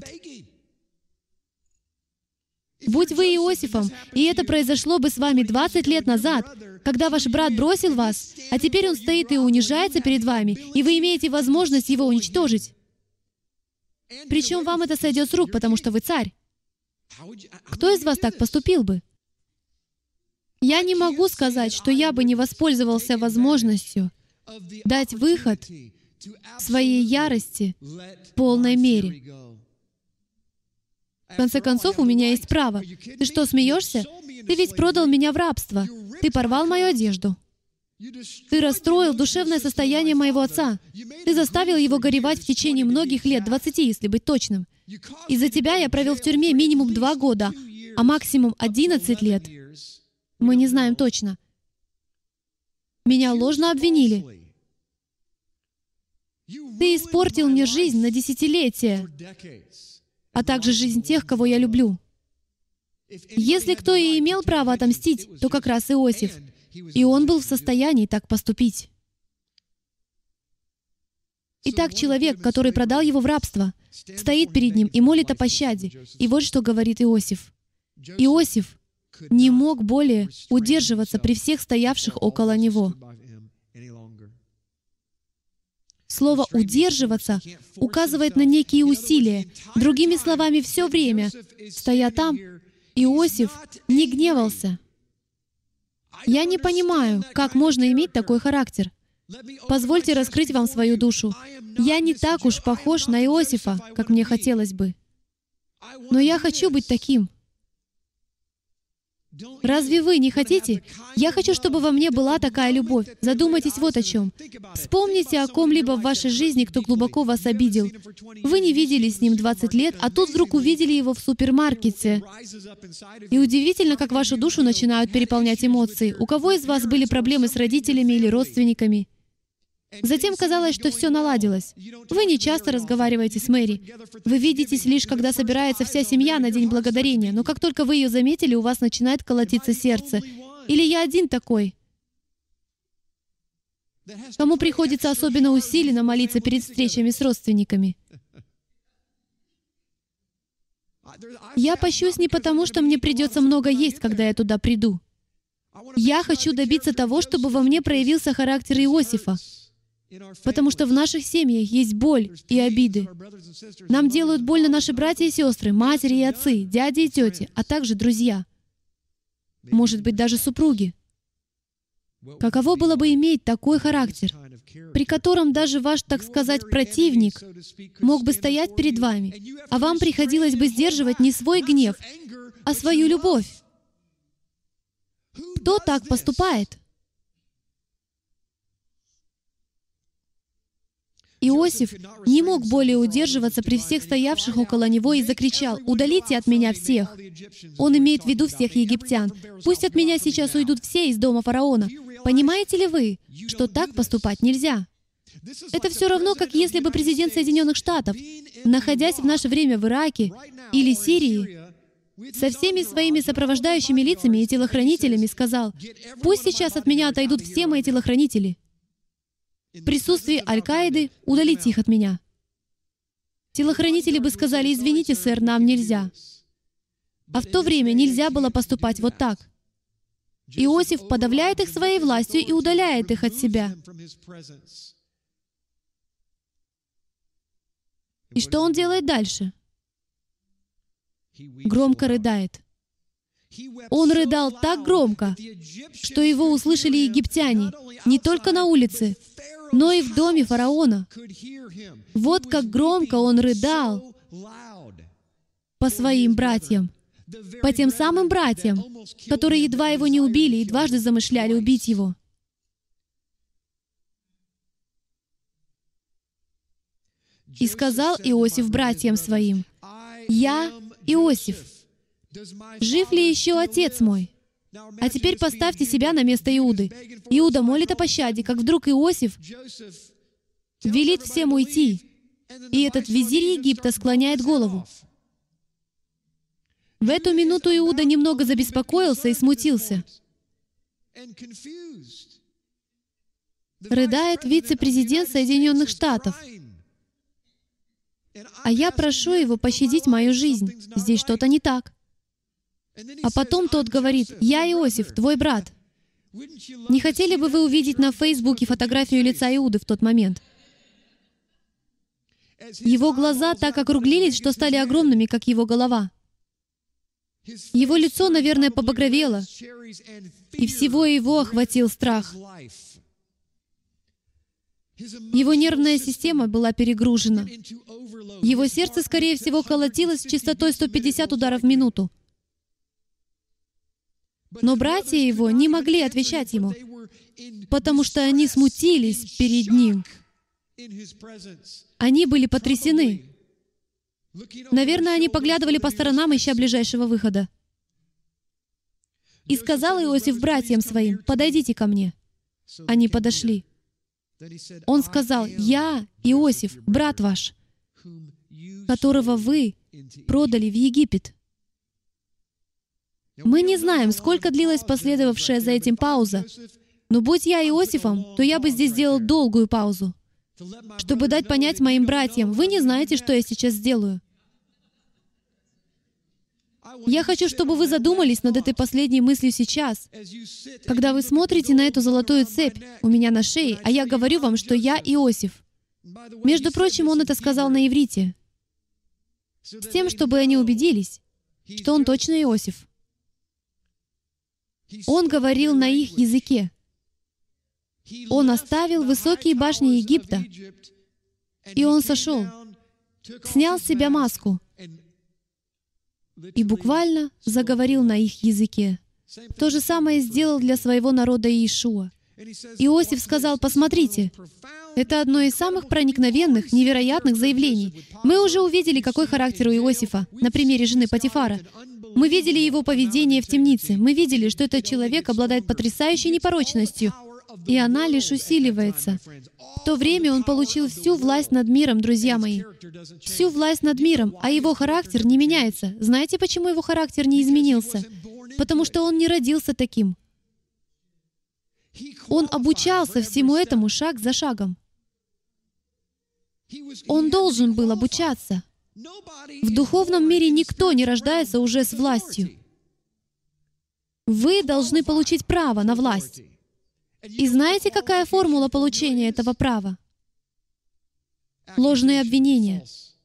Будь вы Иосифом, и это произошло бы с вами двадцать лет назад, когда ваш брат бросил вас, а теперь он стоит и унижается перед вами, и вы имеете возможность его уничтожить. Причем вам это сойдет с рук, потому что вы царь. Кто из вас так поступил бы? Я не могу сказать, что я бы не воспользовался возможностью дать выход своей ярости в полной мере. В конце концов, у меня есть право. Ты что, смеешься? Ты ведь продал меня в рабство. Ты порвал мою одежду. Ты расстроил душевное состояние моего отца. Ты заставил его горевать в течение многих лет, двадцати, если быть точным. Из-за тебя я провел в тюрьме минимум два года, а максимум одиннадцать лет. Мы не знаем точно. Меня ложно обвинили. Ты испортил мне жизнь на десятилетия, а также жизнь тех, кого я люблю. Если кто и имел право отомстить, то как раз Иосиф. И он был в состоянии так поступить. Итак, человек, который продал его в рабство, стоит перед ним и молит о пощаде. И вот что говорит Иосиф. Иосиф не мог более удерживаться при всех стоявших около него. Слово «удерживаться» указывает на некие усилия. Другими словами, все время, стоя там, Иосиф не гневался. Я не понимаю, как можно иметь такой характер. Позвольте раскрыть вам свою душу. Я не так уж похож на Иосифа, как мне хотелось бы. Но я хочу быть таким. Разве вы не хотите? Я хочу, чтобы во мне была такая любовь. Задумайтесь вот о чем. Вспомните о ком-либо в вашей жизни, кто глубоко вас обидел. Вы не видели с ним двадцать лет, а тут вдруг увидели его в супермаркете. И удивительно, как вашу душу начинают переполнять эмоции. У кого из вас были проблемы с родителями или родственниками? Затем казалось, что все наладилось. Вы не часто разговариваете с Мэри. Вы видитесь лишь, когда собирается вся семья на День Благодарения, но как только вы ее заметили, у вас начинает колотиться сердце. Или я один такой? Кому приходится особенно усиленно молиться перед встречами с родственниками? Я пощусь не потому, что мне придется много есть, когда я туда приду. Я хочу добиться того, чтобы во мне проявился характер Иосифа, потому что в наших семьях есть боль и обиды. Нам делают больно наши братья и сестры, матери и отцы, дяди и тети, а также друзья. Может быть, даже супруги. Каково было бы иметь такой характер, при котором даже ваш, так сказать, противник мог бы стоять перед вами, а вам приходилось бы сдерживать не свой гнев, а свою любовь? Кто так поступает? Иосиф не мог более удерживаться при всех стоявших около него и закричал: «Удалите от меня всех!» Он имеет в виду всех египтян. «Пусть от меня сейчас уйдут все из дома фараона». Понимаете ли вы, что так поступать нельзя? Это все равно, как если бы президент Соединенных Штатов, находясь в наше время в Ираке или Сирии, со всеми своими сопровождающими лицами и телохранителями сказал: «Пусть сейчас от меня отойдут все мои телохранители. В присутствии Аль-Каиды удалите их от меня». Телохранители бы сказали: «Извините, сэр, нам нельзя». А в то время нельзя было поступать вот так. Иосиф подавляет их своей властью и удаляет их от себя. И что он делает дальше? Громко рыдает. Он рыдал так громко, что его услышали египтяне не только на улице, но и в доме фараона. Вот как громко он рыдал по своим братьям, по тем самым братьям, которые едва его не убили и дважды замышляли убить его. И сказал Иосиф братьям своим: «Я Иосиф. Жив ли еще отец мой?» А теперь поставьте себя на место Иуды. Иуда молит о пощаде, как вдруг Иосиф велит всем уйти, и этот визирь Египта склоняет голову. В эту минуту Иуда немного забеспокоился и смутился. Рыдает вице-президент Соединенных Штатов. А я прошу его пощадить мою жизнь. Здесь что-то не так. А потом тот говорит: «Я Иосиф, твой брат». Не хотели бы вы увидеть на Фейсбуке фотографию лица Иуды в тот момент? Его глаза так округлились, что стали огромными, как его голова. Его лицо, наверное, побагровело, и всего его охватил страх. Его нервная система была перегружена. Его сердце, скорее всего, колотилось с частотой сто пятьдесят ударов в минуту. Но братья его не могли отвечать ему, потому что они смутились перед ним. Они были потрясены. Наверное, они поглядывали по сторонам, ища ближайшего выхода. И сказал Иосиф братьям своим: «Подойдите ко мне». Они подошли. Он сказал: «Я Иосиф, брат ваш, которого вы продали в Египет». Мы не знаем, сколько длилась последовавшая за этим пауза, но будь я Иосифом, то я бы здесь сделал долгую паузу, чтобы дать понять моим братьям: вы не знаете, что я сейчас сделаю. Я хочу, чтобы вы задумались над этой последней мыслью сейчас, когда вы смотрите на эту золотую цепь у меня на шее, а я говорю вам, что я Иосиф. Между прочим, он это сказал на иврите, с тем, чтобы они убедились, что он точно Иосиф. Он говорил на их языке. Он оставил высокие башни Египта, и он сошел, снял с себя маску и буквально заговорил на их языке. То же самое сделал для своего народа Иешуа. Иосиф сказал: «Посмотрите, это одно из самых проникновенных, невероятных заявлений. Мы уже увидели, какой характер у Иосифа на примере жены Потифара. Мы видели его поведение в темнице. Мы видели, что этот человек обладает потрясающей непорочностью, и она лишь усиливается. В то время он получил всю власть над миром, друзья мои. Всю власть над миром, а его характер не меняется. Знаете, почему его характер не изменился? Потому что он не родился таким. Он обучался всему этому шаг за шагом. Он должен был обучаться. В духовном мире никто не рождается уже с властью. Вы должны получить право на власть. И знаете, какая формула получения этого права? Ложные обвинения.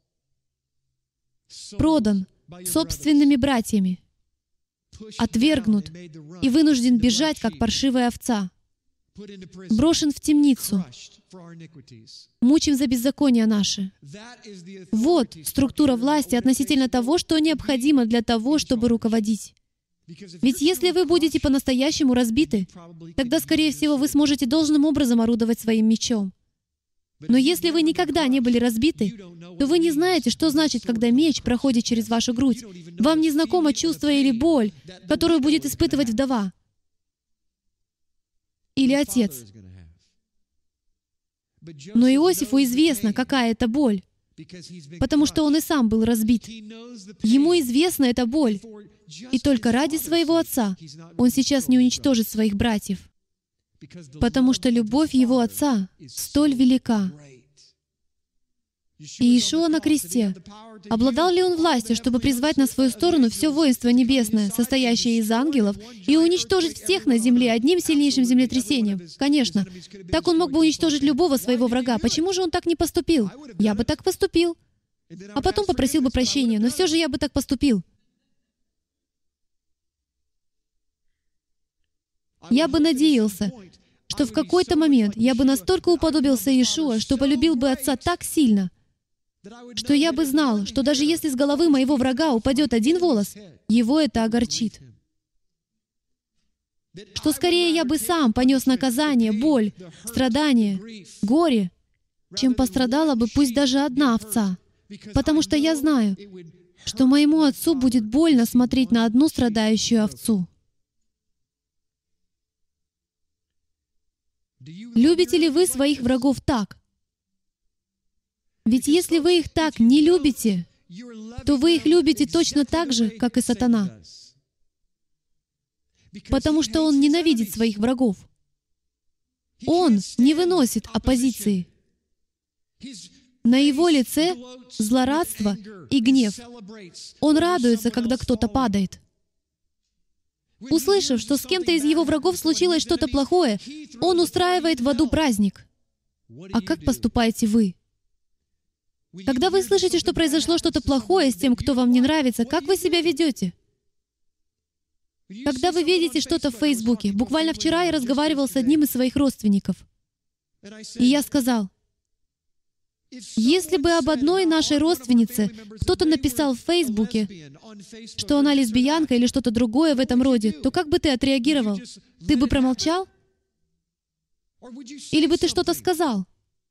Продан собственными братьями, отвергнут и вынужден бежать, как паршивая овца, брошен в темницу, мучим за беззакония наши. Вот структура власти относительно того, что необходимо для того, чтобы руководить. Ведь если вы будете по-настоящему разбиты, тогда, скорее всего, вы сможете должным образом орудовать своим мечом. Но если вы никогда не были разбиты, то вы не знаете, что значит, когда меч проходит через вашу грудь. Вам не знакомо чувство или боль, которую будет испытывать вдова или отец. Но Иосифу известно, какая это боль, потому что он и сам был разбит. Ему известна эта боль, и только ради своего отца он сейчас не уничтожит своих братьев, потому что любовь его отца столь велика. И Иешуа на кресте, обладал ли он властью, чтобы призвать на свою сторону все воинство небесное, состоящее из ангелов, и уничтожить всех на земле одним сильнейшим землетрясением? Конечно. Так он мог бы уничтожить любого своего врага. Почему же он так не поступил? Я бы так поступил. А потом попросил бы прощения, но все же я бы так поступил. Я бы надеялся, что в какой-то момент я бы настолько уподобился Иешуа, что полюбил бы Отца так сильно, что я бы знал, что даже если с головы моего врага упадет один волос, его это огорчит. Что скорее я бы сам понес наказание, боль, страдание, горе, чем пострадала бы пусть даже одна овца. Потому что я знаю, что моему отцу будет больно смотреть на одну страдающую овцу. Любите ли вы своих врагов так? Ведь если вы их так не любите, то вы их любите точно так же, как и сатана. Потому что он ненавидит своих врагов. Он не выносит оппозиции. На его лице злорадство и гнев. Он радуется, когда кто-то падает. Услышав, что с кем-то из его врагов случилось что-то плохое, он устраивает в аду праздник. А как поступаете вы? Когда вы слышите, что произошло что-то плохое с тем, кто вам не нравится, как вы себя ведете? Когда вы видите что-то в Фейсбуке, буквально вчера я разговаривал с одним из своих родственников, и я сказал, если бы об одной нашей родственнице кто-то написал в Фейсбуке, что она лесбиянка или что-то другое в этом роде, то как бы ты отреагировал? Ты бы промолчал? Или бы ты что-то сказал?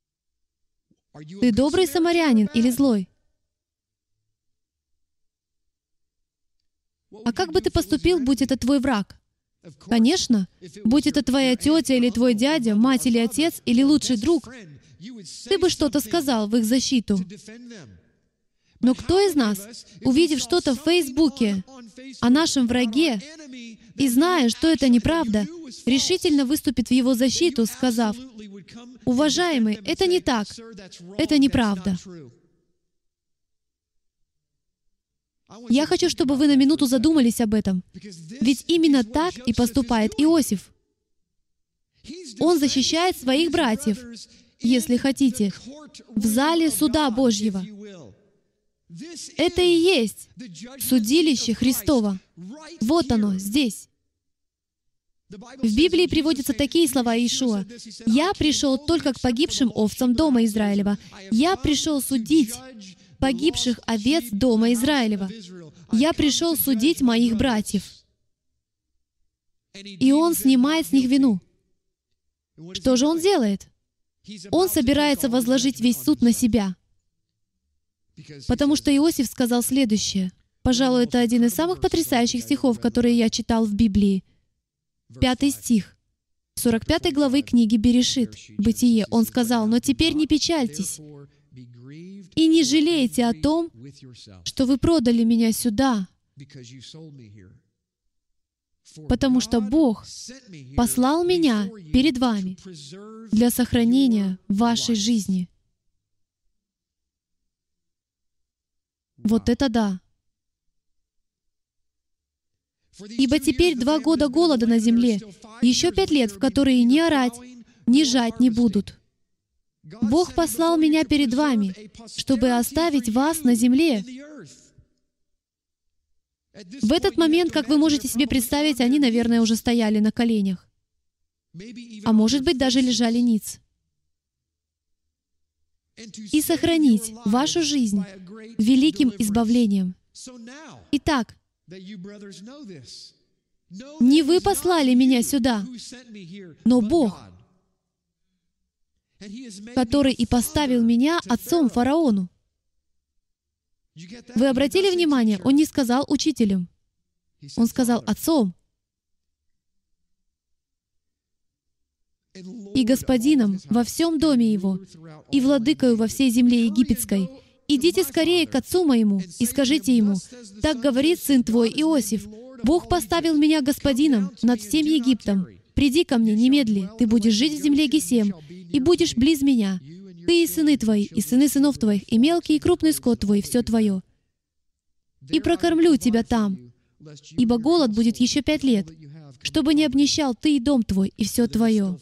Ты добрый самарянин или злой? А как бы ты поступил, будь это твой враг? Конечно, будь это твоя тетя или твой дядя, мать или отец, или лучший друг, ты бы что-то сказал в их защиту. Но кто из нас, увидев что-то в Фейсбуке о нашем враге и зная, что это неправда, решительно выступит в его защиту, сказав, «Уважаемый, это не так, это неправда». Я хочу, чтобы вы на минуту задумались об этом. Ведь именно так и поступает Иосиф. Он защищает своих братьев, если хотите, в зале суда Божьего. Это и есть судилище Христово. Вот оно, здесь. В Библии приводятся такие слова Иешуа. «Я пришел только к погибшим овцам дома Израилева. Я пришел судить погибших овец дома Израилева. Я пришел судить моих братьев». И Он снимает с них вину. Что же Он делает? Он собирается возложить весь суд на себя. Потому что Иосиф сказал следующее. Пожалуй, это один из самых потрясающих стихов, которые я читал в Библии. Пятый стих. сорок пятой главы книги Берешит, Бытие. Он сказал, «Но теперь не печальтесь и не жалейте о том, что вы продали меня сюда, потому что Бог послал меня перед вами для сохранения вашей жизни. Вот это да! Ибо теперь два года голода на земле, еще пять лет, в которые ни орать, ни жать не будут. Бог послал меня перед вами, чтобы оставить вас на земле. В этот момент, как вы можете себе представить, они, наверное, уже стояли на коленях. А может быть, даже лежали ниц. И сохранить вашу жизнь великим избавлением. Итак, не вы послали меня сюда, но Бог, который и поставил меня отцом фараону. Вы обратили внимание, он не сказал учителем, он сказал отцом и господином во всем доме его, и владыкою во всей земле египетской. Идите скорее к отцу моему и скажите ему: так говорит сын твой Иосиф, Бог поставил меня господином над всем Египтом. Приди ко мне немедли, ты будешь жить в земле Гесем, и будешь близ меня, ты и сыны твои, и сыны сынов твоих, и мелкий, и крупный скот твой, все твое. И прокормлю тебя там, ибо голод будет еще пять лет, чтобы не обнищал ты и дом твой, и все твое.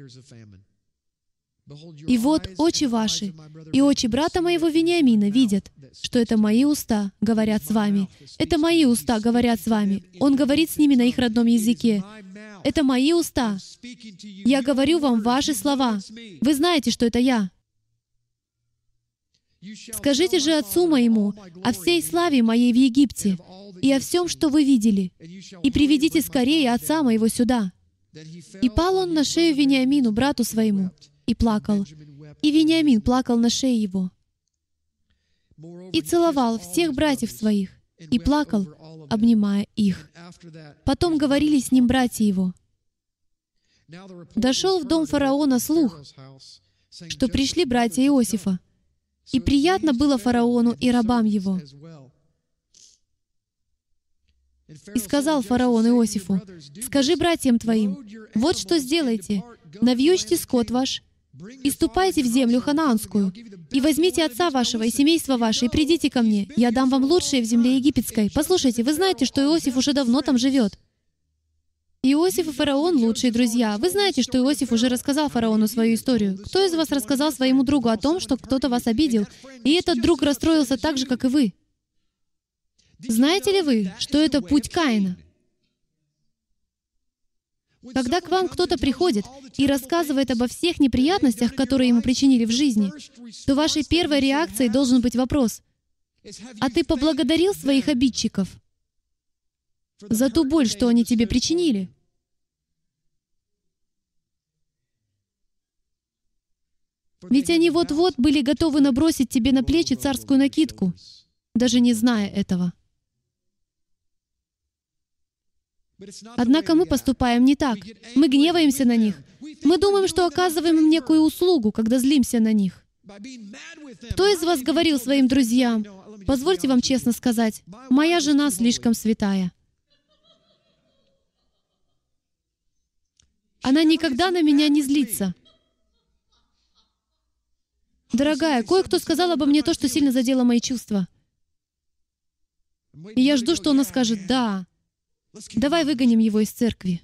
И вот очи ваши и очи брата моего Вениамина видят, что это мои уста говорят с вами. Это мои уста говорят с вами. Он говорит с ними на их родном языке. Это мои уста. Я говорю вам ваши слова. Вы знаете, что это я. Скажите же отцу моему о всей славе моей в Египте и о всем, что вы видели, и приведите скорее отца моего сюда. И пал он на шею Вениамину, брату своему, и плакал. И Вениамин плакал на шее его. И целовал всех братьев своих, и плакал, обнимая их. Потом говорили с ним братья его. Дошел в дом фараона слух, что пришли братья Иосифа, и приятно было фараону и рабам его. И сказал фараон Иосифу: «Скажи братьям твоим, вот что сделайте, навьючьте скот ваш, и ступайте в землю ханаанскую, и возьмите отца вашего и семейство ваше, и придите ко мне, я дам вам лучшее в земле египетской». Послушайте, вы знаете, что Иосиф уже давно там живет. Иосиф и фараон — лучшие друзья. Вы знаете, что Иосиф уже рассказал фараону свою историю. Кто из вас рассказал своему другу о том, что кто-то вас обидел, и этот друг расстроился так же, как и вы? Знаете ли вы, что это путь Каина? Когда к вам кто-то приходит и рассказывает обо всех неприятностях, которые ему причинили в жизни, то вашей первой реакцией должен быть вопрос: «А ты поблагодарил своих обидчиков за ту боль, что они тебе причинили?» Ведь они вот-вот были готовы набросить тебе на плечи царскую накидку, даже не зная этого. Однако мы поступаем не так. Мы гневаемся на них. Мы думаем, что оказываем им некую услугу, когда злимся на них. Кто из вас говорил своим друзьям: «Позвольте вам честно сказать, моя жена слишком святая. Она никогда на меня не злится». Дорогая, кое-кто сказал обо мне то, что сильно задело мои чувства. И я жду, что она скажет: «Да, давай выгоним его из церкви».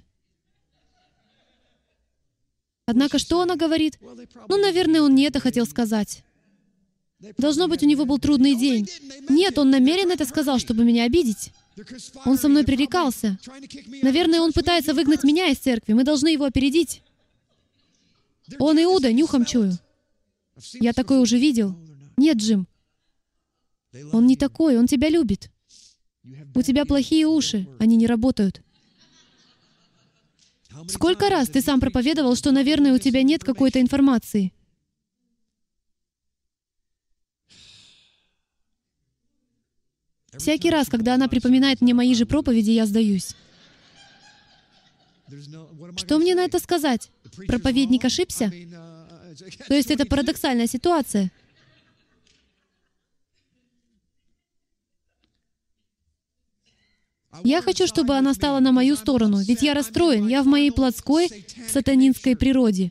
Однако что она говорит? Ну, наверное, он не это хотел сказать. Должно быть, у него был трудный день. Нет, он намеренно это сказал, чтобы меня обидеть. Он со мной пререкался. Наверное, он пытается выгнать меня из церкви. Мы должны его опередить. Он Иуда, нюхом чую. Я такое уже видел. Нет, Джим. Он не такой, он тебя любит. У тебя плохие уши, они не работают. Сколько раз ты сам проповедовал, что, наверное, у тебя нет какой-то информации? Всякий раз, когда она припоминает мне мои же проповеди, я сдаюсь. Что мне на это сказать? Проповедник ошибся? То есть это парадоксальная ситуация. Я хочу, чтобы она стала на мою сторону, ведь я расстроен, я в моей плотской, сатанинской природе.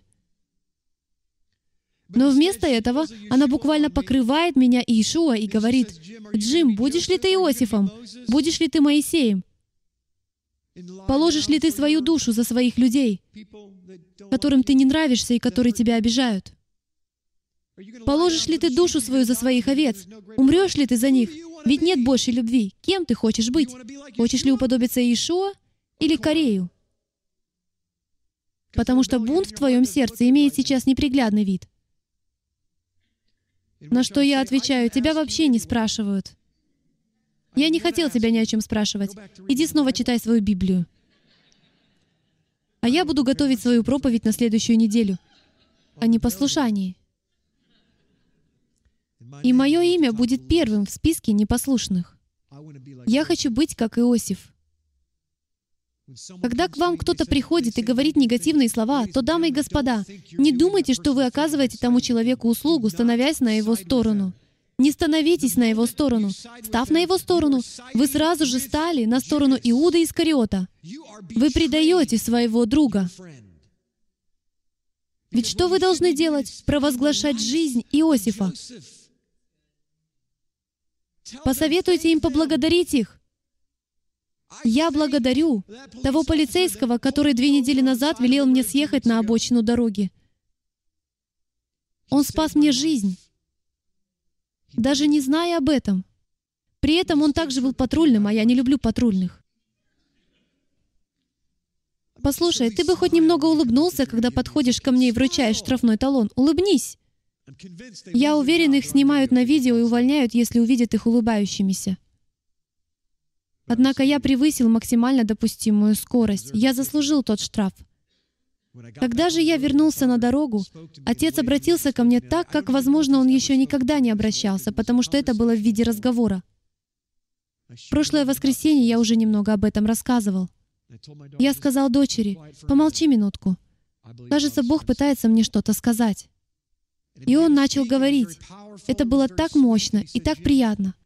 Но вместо этого она буквально покрывает меня Иешуа и говорит: «Джим, будешь ли ты Иосифом? Будешь ли ты Моисеем? Положишь ли ты свою душу за своих людей, которым ты не нравишься и которые тебя обижают? Положишь ли ты душу свою за своих овец? Умрешь ли ты за них? Ведь нет большей любви. Кем ты хочешь быть? Хочешь ли уподобиться Иешуа или Корею? Потому что бунт в твоем сердце имеет сейчас неприглядный вид». На что я отвечаю: «Тебя вообще не спрашивают. Я не хотел тебя ни о чем спрашивать. Иди снова читай свою Библию. А я буду готовить свою проповедь на следующую неделю о непослушании. И мое имя будет первым в списке непослушных. Я хочу быть как Иосиф». Когда к вам кто-то приходит и говорит негативные слова, то, дамы и господа, не думайте, что вы оказываете тому человеку услугу, становясь на его сторону. Не становитесь на его сторону. Став на его сторону, вы сразу же стали на сторону Иуды Искариота. Вы предаете своего друга. Ведь что вы должны делать? Провозглашать жизнь Иосифа. Посоветуйте им поблагодарить их. Я благодарю того полицейского, который две недели назад велел мне съехать на обочину дороги. Он спас мне жизнь, даже не зная об этом. При этом он также был патрульным, а я не люблю патрульных. Послушай, ты бы хоть немного улыбнулся, когда подходишь ко мне и вручаешь штрафной талон. Улыбнись. Я уверен, их снимают на видео и увольняют, если увидят их улыбающимися. Однако я превысил максимально допустимую скорость. Я заслужил тот штраф. Когда же я вернулся на дорогу, отец обратился ко мне так, как, возможно, он еще никогда не обращался, потому что это было в виде разговора. В прошлое воскресенье я уже немного об этом рассказывал. Я сказал дочери: «Помолчи минутку. Кажется, Бог пытается мне что-то сказать». И он начал говорить. Это было так мощно и так приятно.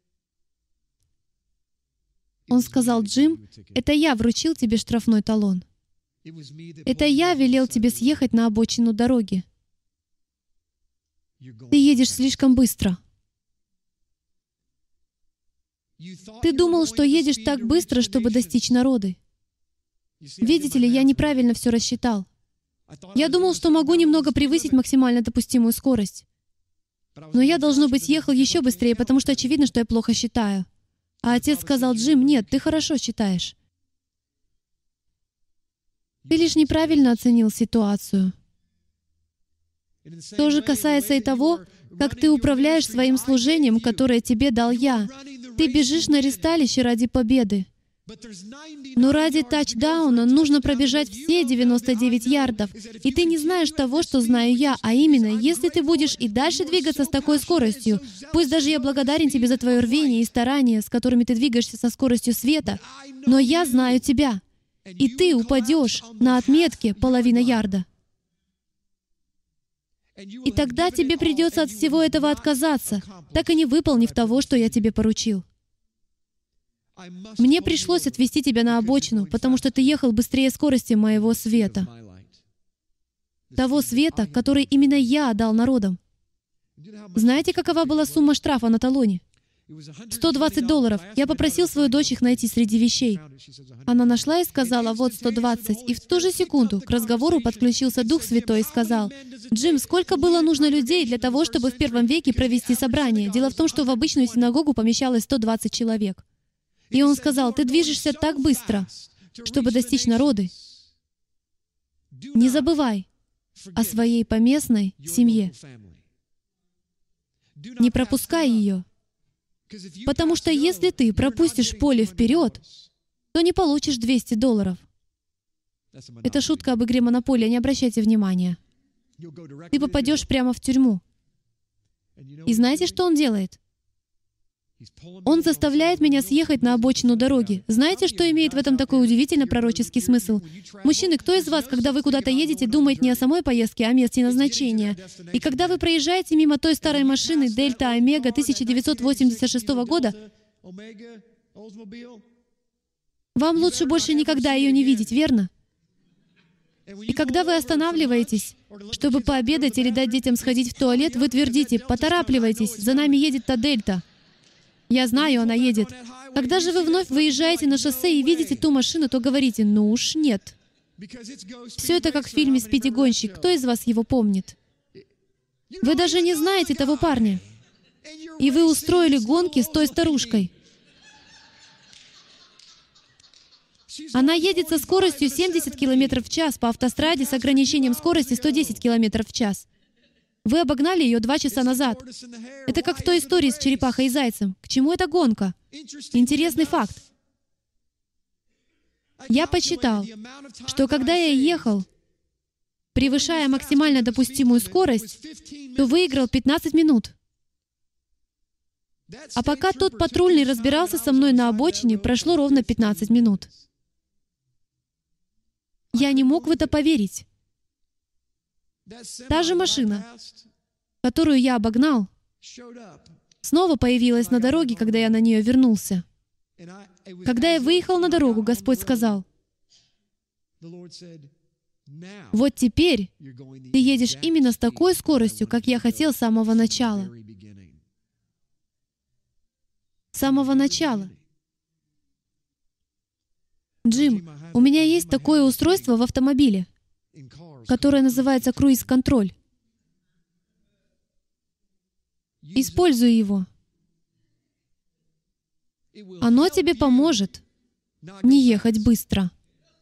Он сказал: «Джим, это я вручил тебе штрафной талон. Это я велел тебе съехать на обочину дороги. Ты едешь слишком быстро. Ты думал, что едешь так быстро, чтобы достичь народы. Видите ли, я неправильно все рассчитал. Я думал, что могу немного превысить максимально допустимую скорость. Но я, должно быть, ехал еще быстрее, потому что очевидно, что я плохо считаю». А отец сказал: «Джим, нет, ты хорошо считаешь. Ты лишь неправильно оценил ситуацию. То же касается и того, как ты управляешь своим служением, которое тебе дал я. Ты бежишь на ресталище ради победы. Но ради тачдауна нужно пробежать все девяносто девять ярдов. И ты не знаешь того, что знаю я, а именно, если ты будешь и дальше двигаться с такой скоростью, пусть даже я благодарен тебе за твое рвение и старания, с которыми ты двигаешься со скоростью света, но я знаю тебя, и ты упадешь на отметке половина ярда. И тогда тебе придется от всего этого отказаться, так и не выполнив того, что я тебе поручил. Мне пришлось отвезти тебя на обочину, потому что ты ехал быстрее скорости моего света. Того света, который именно я отдал народам. Знаете, какова была сумма штрафа на талоне? сто двадцать долларов. Я попросил свою дочь их найти среди вещей. Она нашла и сказала: «Вот сто двадцать». И в ту же секунду к разговору подключился Дух Святой и сказал: «Джим, сколько было нужно людей для того, чтобы в первом веке провести собрание? Дело в том, что в обычную синагогу помещалось сто двадцать человек». И он сказал: «Ты движешься так быстро, чтобы достичь народы. Не забывай о своей поместной семье. Не пропускай ее. Потому что если ты пропустишь поле вперед, то не получишь двести долларов». Это шутка об игре «Монополия», не обращайте внимания. Ты попадешь прямо в тюрьму. И знаете, что он делает? Он заставляет меня съехать на обочину дороги. Знаете, что имеет в этом такой удивительно пророческий смысл? Мужчины, кто из вас, когда вы куда-то едете, думает не о самой поездке, а о месте назначения? И когда вы проезжаете мимо той старой машины Дельта Омега тысяча девятьсот восемьдесят шестого года, Вам лучше больше никогда ее не видеть, верно? И когда вы останавливаетесь, чтобы пообедать или дать детям сходить в туалет, вы твердите: «Поторапливайтесь, за нами едет та Дельта». Я знаю, она едет. Когда же вы вновь выезжаете на шоссе и видите ту машину, то говорите: «Ну уж нет». Все это как в фильме «Спиди гонщик». Кто из вас его помнит? Вы даже не знаете того парня. И вы устроили гонки с той старушкой. Она едет со скоростью семьдесят километров в час по автостраде с ограничением скорости сто десять километров в час. Вы обогнали ее два часа назад. Это как в той истории с черепахой и зайцем. К чему эта гонка? Интересный факт. Я посчитал, что когда я ехал, превышая максимально допустимую скорость, то выиграл пятнадцать минут. А пока тот патрульный разбирался со мной на обочине, прошло ровно пятнадцать минут. Я не мог в это поверить. Та же машина, которую я обогнал, снова появилась на дороге, когда я на нее вернулся. Когда я выехал на дорогу, Господь сказал: «Вот теперь ты едешь именно с такой скоростью, как я хотел с самого начала». С самого начала. Джим, у меня есть такое устройство в автомобиле, которое называется круиз-контроль. Используй его. Оно тебе поможет не ехать быстро.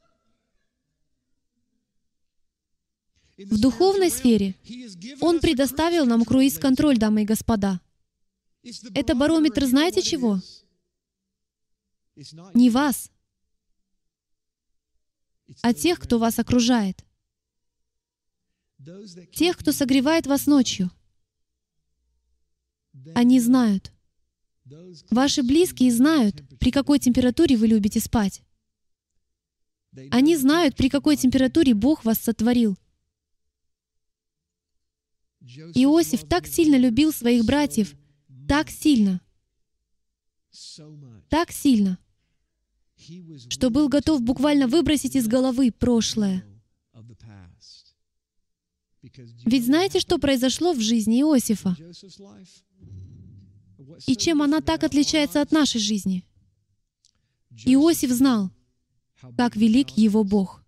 В духовной сфере Он предоставил нам круиз-контроль, дамы и господа. Это барометр знаете чего? Не вас, а тех, кто вас окружает. Тех, кто согревает вас ночью. Они знают. Ваши близкие знают, при какой температуре вы любите спать. Они знают, при какой температуре Бог вас сотворил. Иосиф так сильно любил своих братьев, так сильно, так сильно, что был готов буквально выбросить из головы прошлое. Ведь знаете, что произошло в жизни Иосифа? И чем она так отличается от нашей жизни? Иосиф знал, как велик его Бог.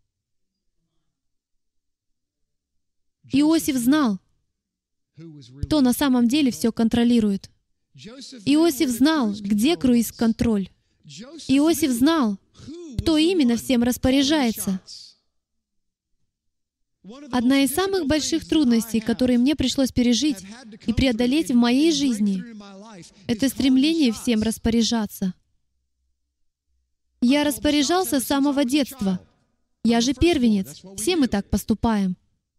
Иосиф знал, кто на самом деле все контролирует. Иосиф знал, где круиз-контроль. Иосиф знал, кто именно всем распоряжается. Одна из самых больших трудностей, которые мне пришлось пережить и преодолеть в моей жизни, это стремление всем распоряжаться. Я распоряжался с самого детства. Я же первенец. Все мы так поступаем.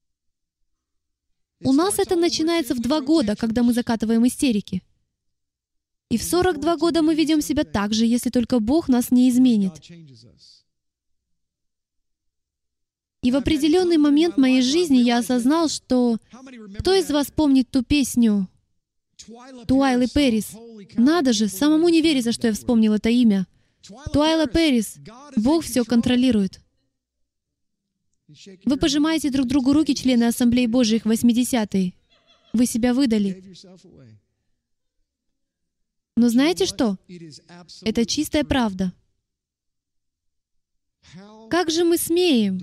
У нас это начинается в два года, когда мы закатываем истерики. И в сорок два года мы ведем себя так же, если только Бог нас не изменит. И в определенный момент моей жизни я осознал, что... Кто из вас помнит ту песню Туайлы Пэрис? Надо же, самому не верится, что я вспомнил это имя. Туайла Пэрис. Бог все контролирует. Вы пожимаете друг другу руки, члены Ассамблеи Божьих, восьмидесятые. Вы себя выдали. Но знаете что? Это чистая правда. Как же мы смеем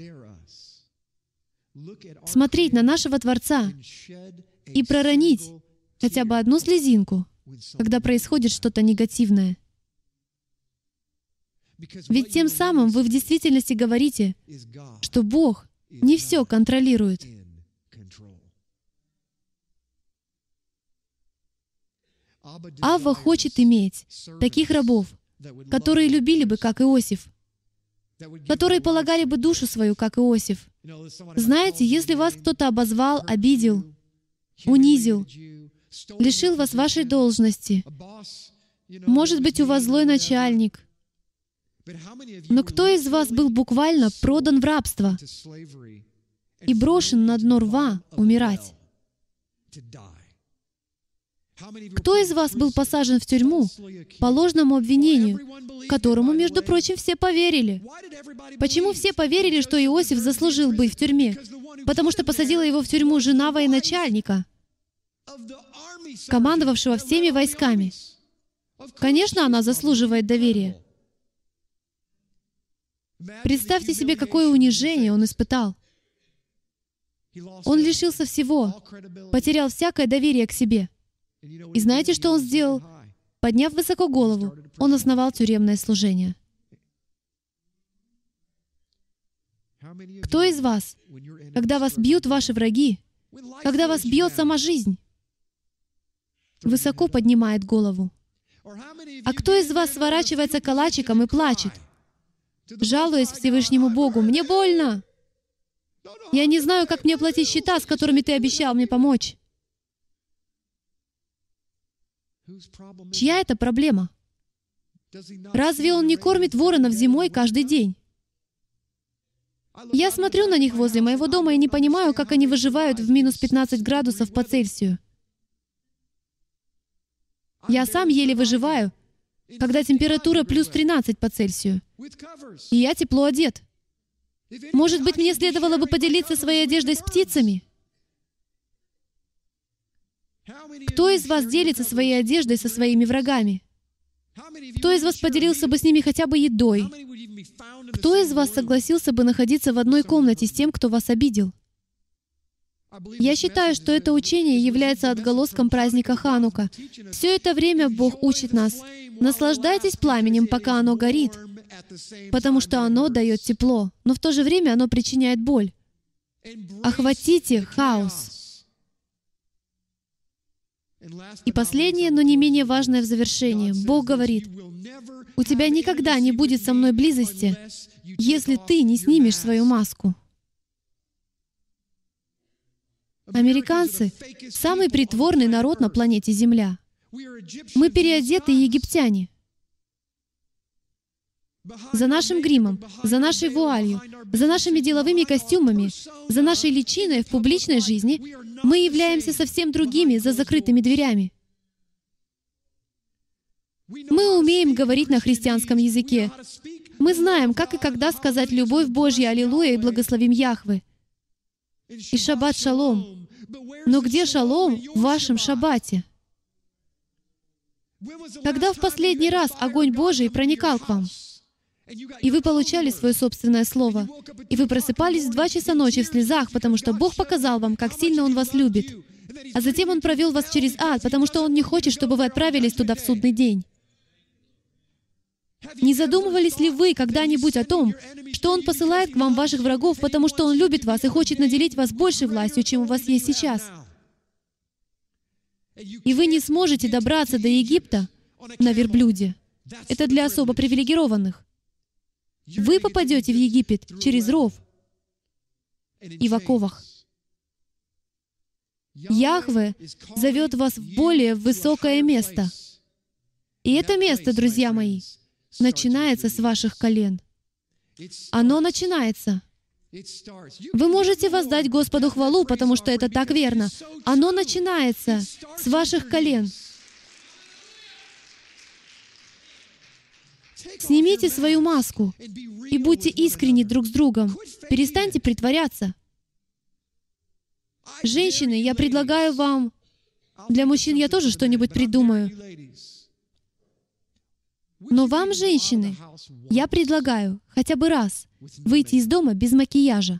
смотреть на нашего Творца и проронить хотя бы одну слезинку, когда происходит что-то негативное? Ведь тем самым вы в действительности говорите, что Бог не все контролирует. Авва хочет иметь таких рабов, которые любили бы, как Иосиф, которые полагали бы душу свою, как Иосиф. Знаете, если вас кто-то обозвал, обидел, унизил, лишил вас вашей должности, может быть, у вас злой начальник, но кто из вас был буквально продан в рабство и брошен на дно рва умирать? Кто из вас был посажен в тюрьму по ложному обвинению, которому, между прочим, все поверили? Почему все поверили, что Иосиф заслужил быть в тюрьме? Потому что посадила его в тюрьму жена военачальника, командовавшего всеми войсками. Конечно, она заслуживает доверия. Представьте себе, какое унижение он испытал. Он лишился всего, потерял всякое доверие к себе. И знаете, что он сделал? Подняв высоко голову, он основал тюремное служение. Кто из вас, когда вас бьют ваши враги, когда вас бьет сама жизнь, высоко поднимает голову? А кто из вас сворачивается калачиком и плачет, жалуясь Всевышнему Богу: «Мне больно! Я не знаю, как мне платить счета, с которыми Ты обещал мне помочь». Чья это проблема? Разве он не кормит воронов зимой каждый день? Я смотрю на них возле моего дома и не понимаю, как они выживают в минус пятнадцать градусов по Цельсию. Я сам еле выживаю, когда температура плюс тринадцать по Цельсию. И я тепло одет. Может быть, мне следовало бы поделиться своей одеждой с птицами? Кто из вас делится своей одеждой со своими врагами? Кто из вас поделился бы с ними хотя бы едой? Кто из вас согласился бы находиться в одной комнате с тем, кто вас обидел? Я считаю, что это учение является отголоском праздника Ханука. Все это время Бог учит нас: наслаждайтесь пламенем, пока оно горит, потому что оно дает тепло, но в то же время оно причиняет боль. Охватите хаос. И последнее, но не менее важное в завершении. Бог говорит: «У тебя никогда не будет со мной близости, если ты не снимешь свою маску». Американцы — самый притворный народ на планете Земля. Мы переодетые египтяне. За нашим гримом, за нашей вуалью, за нашими деловыми костюмами, за нашей личиной в публичной жизни мы являемся совсем другими за закрытыми дверями. Мы умеем говорить на христианском языке. Мы знаем, как и когда сказать «Любовь Божья, аллилуйя» и «Благословим Яхве». И шаббат шалом. Но где шалом в вашем шаббате? Когда в последний раз огонь Божий проникал к вам, и вы получали свое собственное слово, и вы просыпались в два часа ночи в слезах, потому что Бог показал вам, как сильно Он вас любит, а затем Он провел вас через ад, потому что Он не хочет, чтобы вы отправились туда в судный день. Не задумывались ли вы когда-нибудь о том, что Он посылает к вам ваших врагов, потому что Он любит вас и хочет наделить вас большей властью, чем у вас есть сейчас? И вы не сможете добраться до Египта на верблюде. Это для особо привилегированных. Вы попадете в Египет через ров и в оковах. Яхве зовет вас в более высокое место. И это место, друзья мои, начинается с ваших колен. Оно начинается. Вы можете воздать Господу хвалу, потому что это так верно. Оно начинается с ваших колен. Снимите свою маску и будьте искренни друг с другом. Перестаньте притворяться. Женщины, я предлагаю вам... Для мужчин я тоже что-нибудь придумаю. Но вам, женщины, я предлагаю хотя бы раз выйти из дома без макияжа.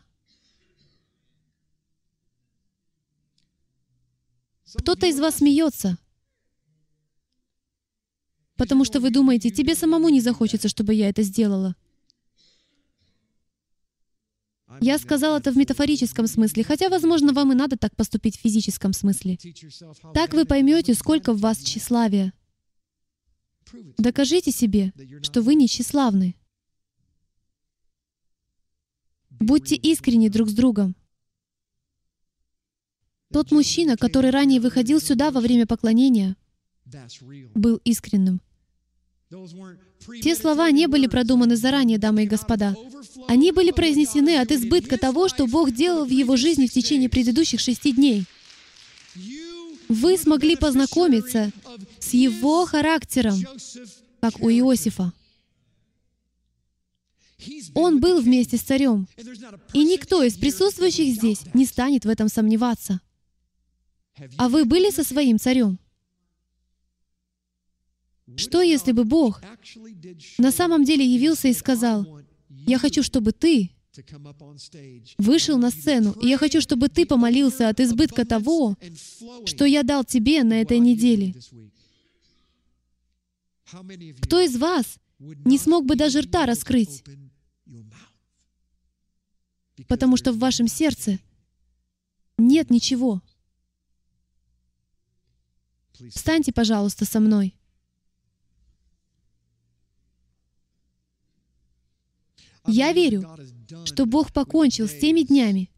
Кто-то из вас смеется, потому что вы думаете, тебе самому не захочется, чтобы я это сделала. Я сказал это в метафорическом смысле, хотя, возможно, вам и надо так поступить в физическом смысле. Так вы поймете, сколько в вас тщеславия. Докажите себе, что вы не тщеславны. Будьте искренни друг с другом. Тот мужчина, который ранее выходил сюда во время поклонения, был искренним. Те слова не были продуманы заранее, дамы и господа. Они были произнесены от избытка того, что Бог делал в его жизни в течение предыдущих шести дней. вы смогли познакомиться с его характером, как у Иосифа. Он был вместе с царем, и никто из присутствующих здесь не станет в этом сомневаться. А вы были со своим царем? Что, если бы Бог на самом деле явился и сказал: «Я хочу, чтобы ты вышел на сцену, и я хочу, чтобы ты помолился от избытка того, что я дал тебе на этой неделе». Кто из вас не смог бы даже рта раскрыть? Потому что в вашем сердце нет ничего. Встаньте, пожалуйста, со мной. Я верю, что Бог покончил с теми днями,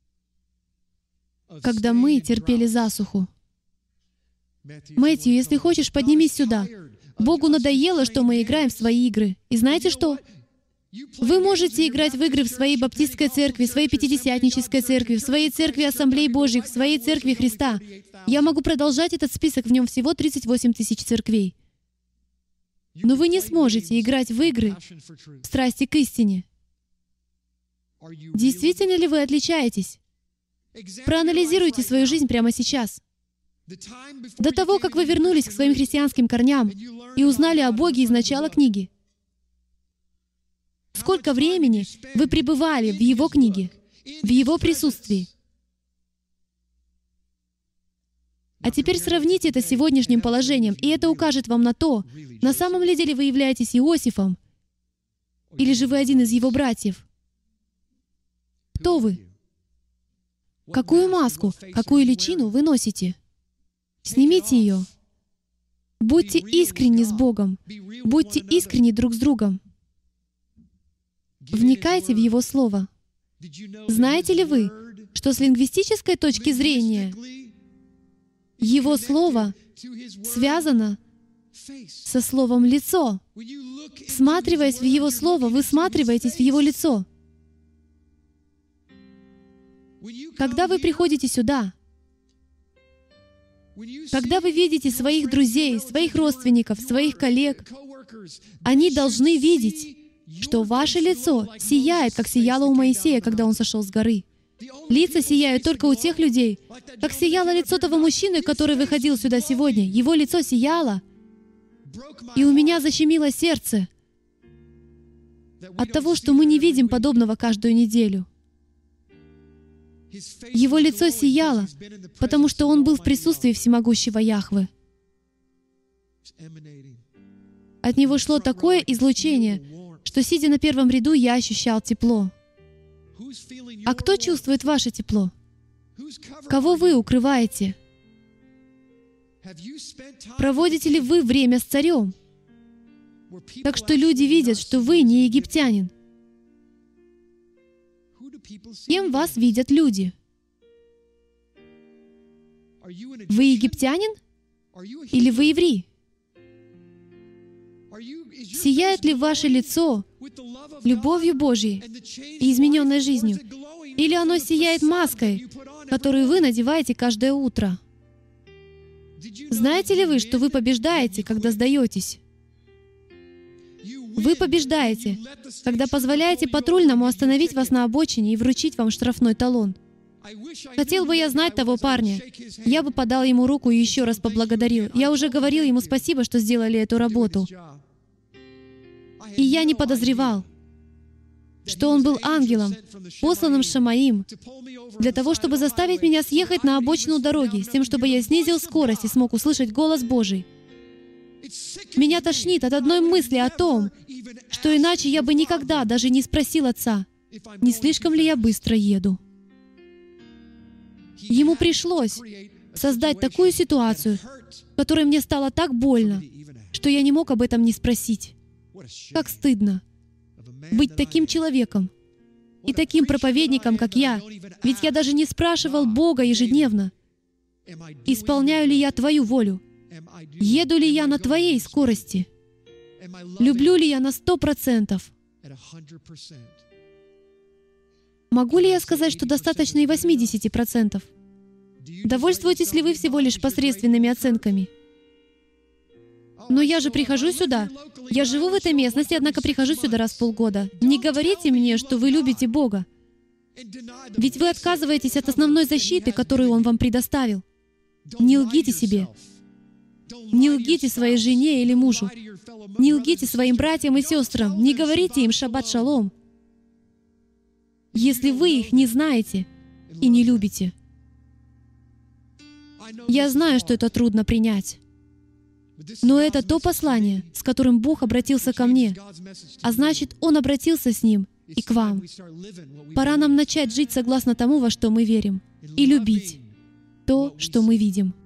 когда мы терпели засуху. Мэтью, если хочешь, поднимись сюда. Богу надоело, что мы играем в свои игры. И знаете что? Вы можете играть в игры в своей баптистской церкви, в своей пятидесятнической церкви, в своей церкви Ассамблей Божьих, в своей церкви Христа. Я могу продолжать этот список, в нем всего тридцать восемь тысяч церквей. Но вы не сможете играть в игры в страсти к истине. Действительно ли вы отличаетесь? Проанализируйте свою жизнь прямо сейчас. До того, как вы вернулись к своим христианским корням и узнали о Боге из начала книги. Сколько времени вы пребывали в Его книге, в Его присутствии? А теперь сравните это с сегодняшним положением, и это укажет вам на то, на самом ли деле вы являетесь Иосифом, или же вы один из его братьев. Кто вы? Какую маску, какую личину вы носите? Снимите ее. Будьте искренни с Богом. Будьте искренни друг с другом. Вникайте в Его Слово. Знаете ли вы, что с лингвистической точки зрения Его Слово связано со словом «лицо». Всматриваясь в Его Слово, вы всматриваетесь в Его лицо. Когда вы приходите сюда, когда вы видите своих друзей, своих родственников, своих коллег, они должны видеть, что ваше лицо сияет, как сияло у Моисея, когда он сошел с горы. Лица сияют только у тех людей, как сияло лицо того мужчины, который выходил сюда сегодня. Его лицо сияло, и у меня защемило сердце от того, что мы не видим подобного каждую неделю. Его лицо сияло, потому что он был в присутствии всемогущего Яхве. От него шло такое излучение, что, сидя на первом ряду, я ощущал тепло. А кто чувствует ваше тепло? Кого вы укрываете? Проводите ли вы время с царем? Так что люди видят, что вы не египтянин. Кем вас видят люди? Вы египтянин? Или вы еврей? Сияет ли ваше лицо любовью Божьей и измененной жизнью? Или оно сияет маской, которую вы надеваете каждое утро? Знаете ли вы, что вы побеждаете, когда сдаетесь? Вы побеждаете, когда позволяете патрульному остановить вас на обочине и вручить вам штрафной талон. Хотел бы я знать того парня. Я бы подал ему руку и еще раз поблагодарил. Я уже говорил ему спасибо, что сделали эту работу. И я не подозревал, что он был ангелом, посланным Шамаим, для того, чтобы заставить меня съехать на обочину дороги, с тем, чтобы я снизил скорость и смог услышать голос Божий. Меня тошнит от одной мысли о том, что иначе я бы никогда даже не спросил Отца, не слишком ли я быстро еду. Ему пришлось создать такую ситуацию, в которой мне стало так больно, что я не мог об этом не спросить. Как стыдно быть таким человеком и таким проповедником, как я, ведь я даже не спрашивал Бога ежедневно, исполняю ли я Твою волю, еду ли я на Твоей скорости, люблю ли я на сто процентов. Могу ли я сказать, что достаточно и восемьдесят процентов? Довольствуетесь ли вы всего лишь посредственными оценками? Но я же прихожу сюда. Я живу в этой местности, однако прихожу сюда раз в полгода. Не говорите мне, что вы любите Бога. Ведь вы отказываетесь от основной защиты, которую Он вам предоставил. Не лгите себе. Не лгите своей жене или мужу. Не лгите своим братьям и сестрам. Не говорите им «Шаббат шалом», если вы их не знаете и не любите. Я знаю, что это трудно принять. Но это то послание, с которым Бог обратился ко мне, а значит, Он обратился с ним и к вам. Пора нам начать жить согласно тому, во что мы верим, и любить то, что мы видим.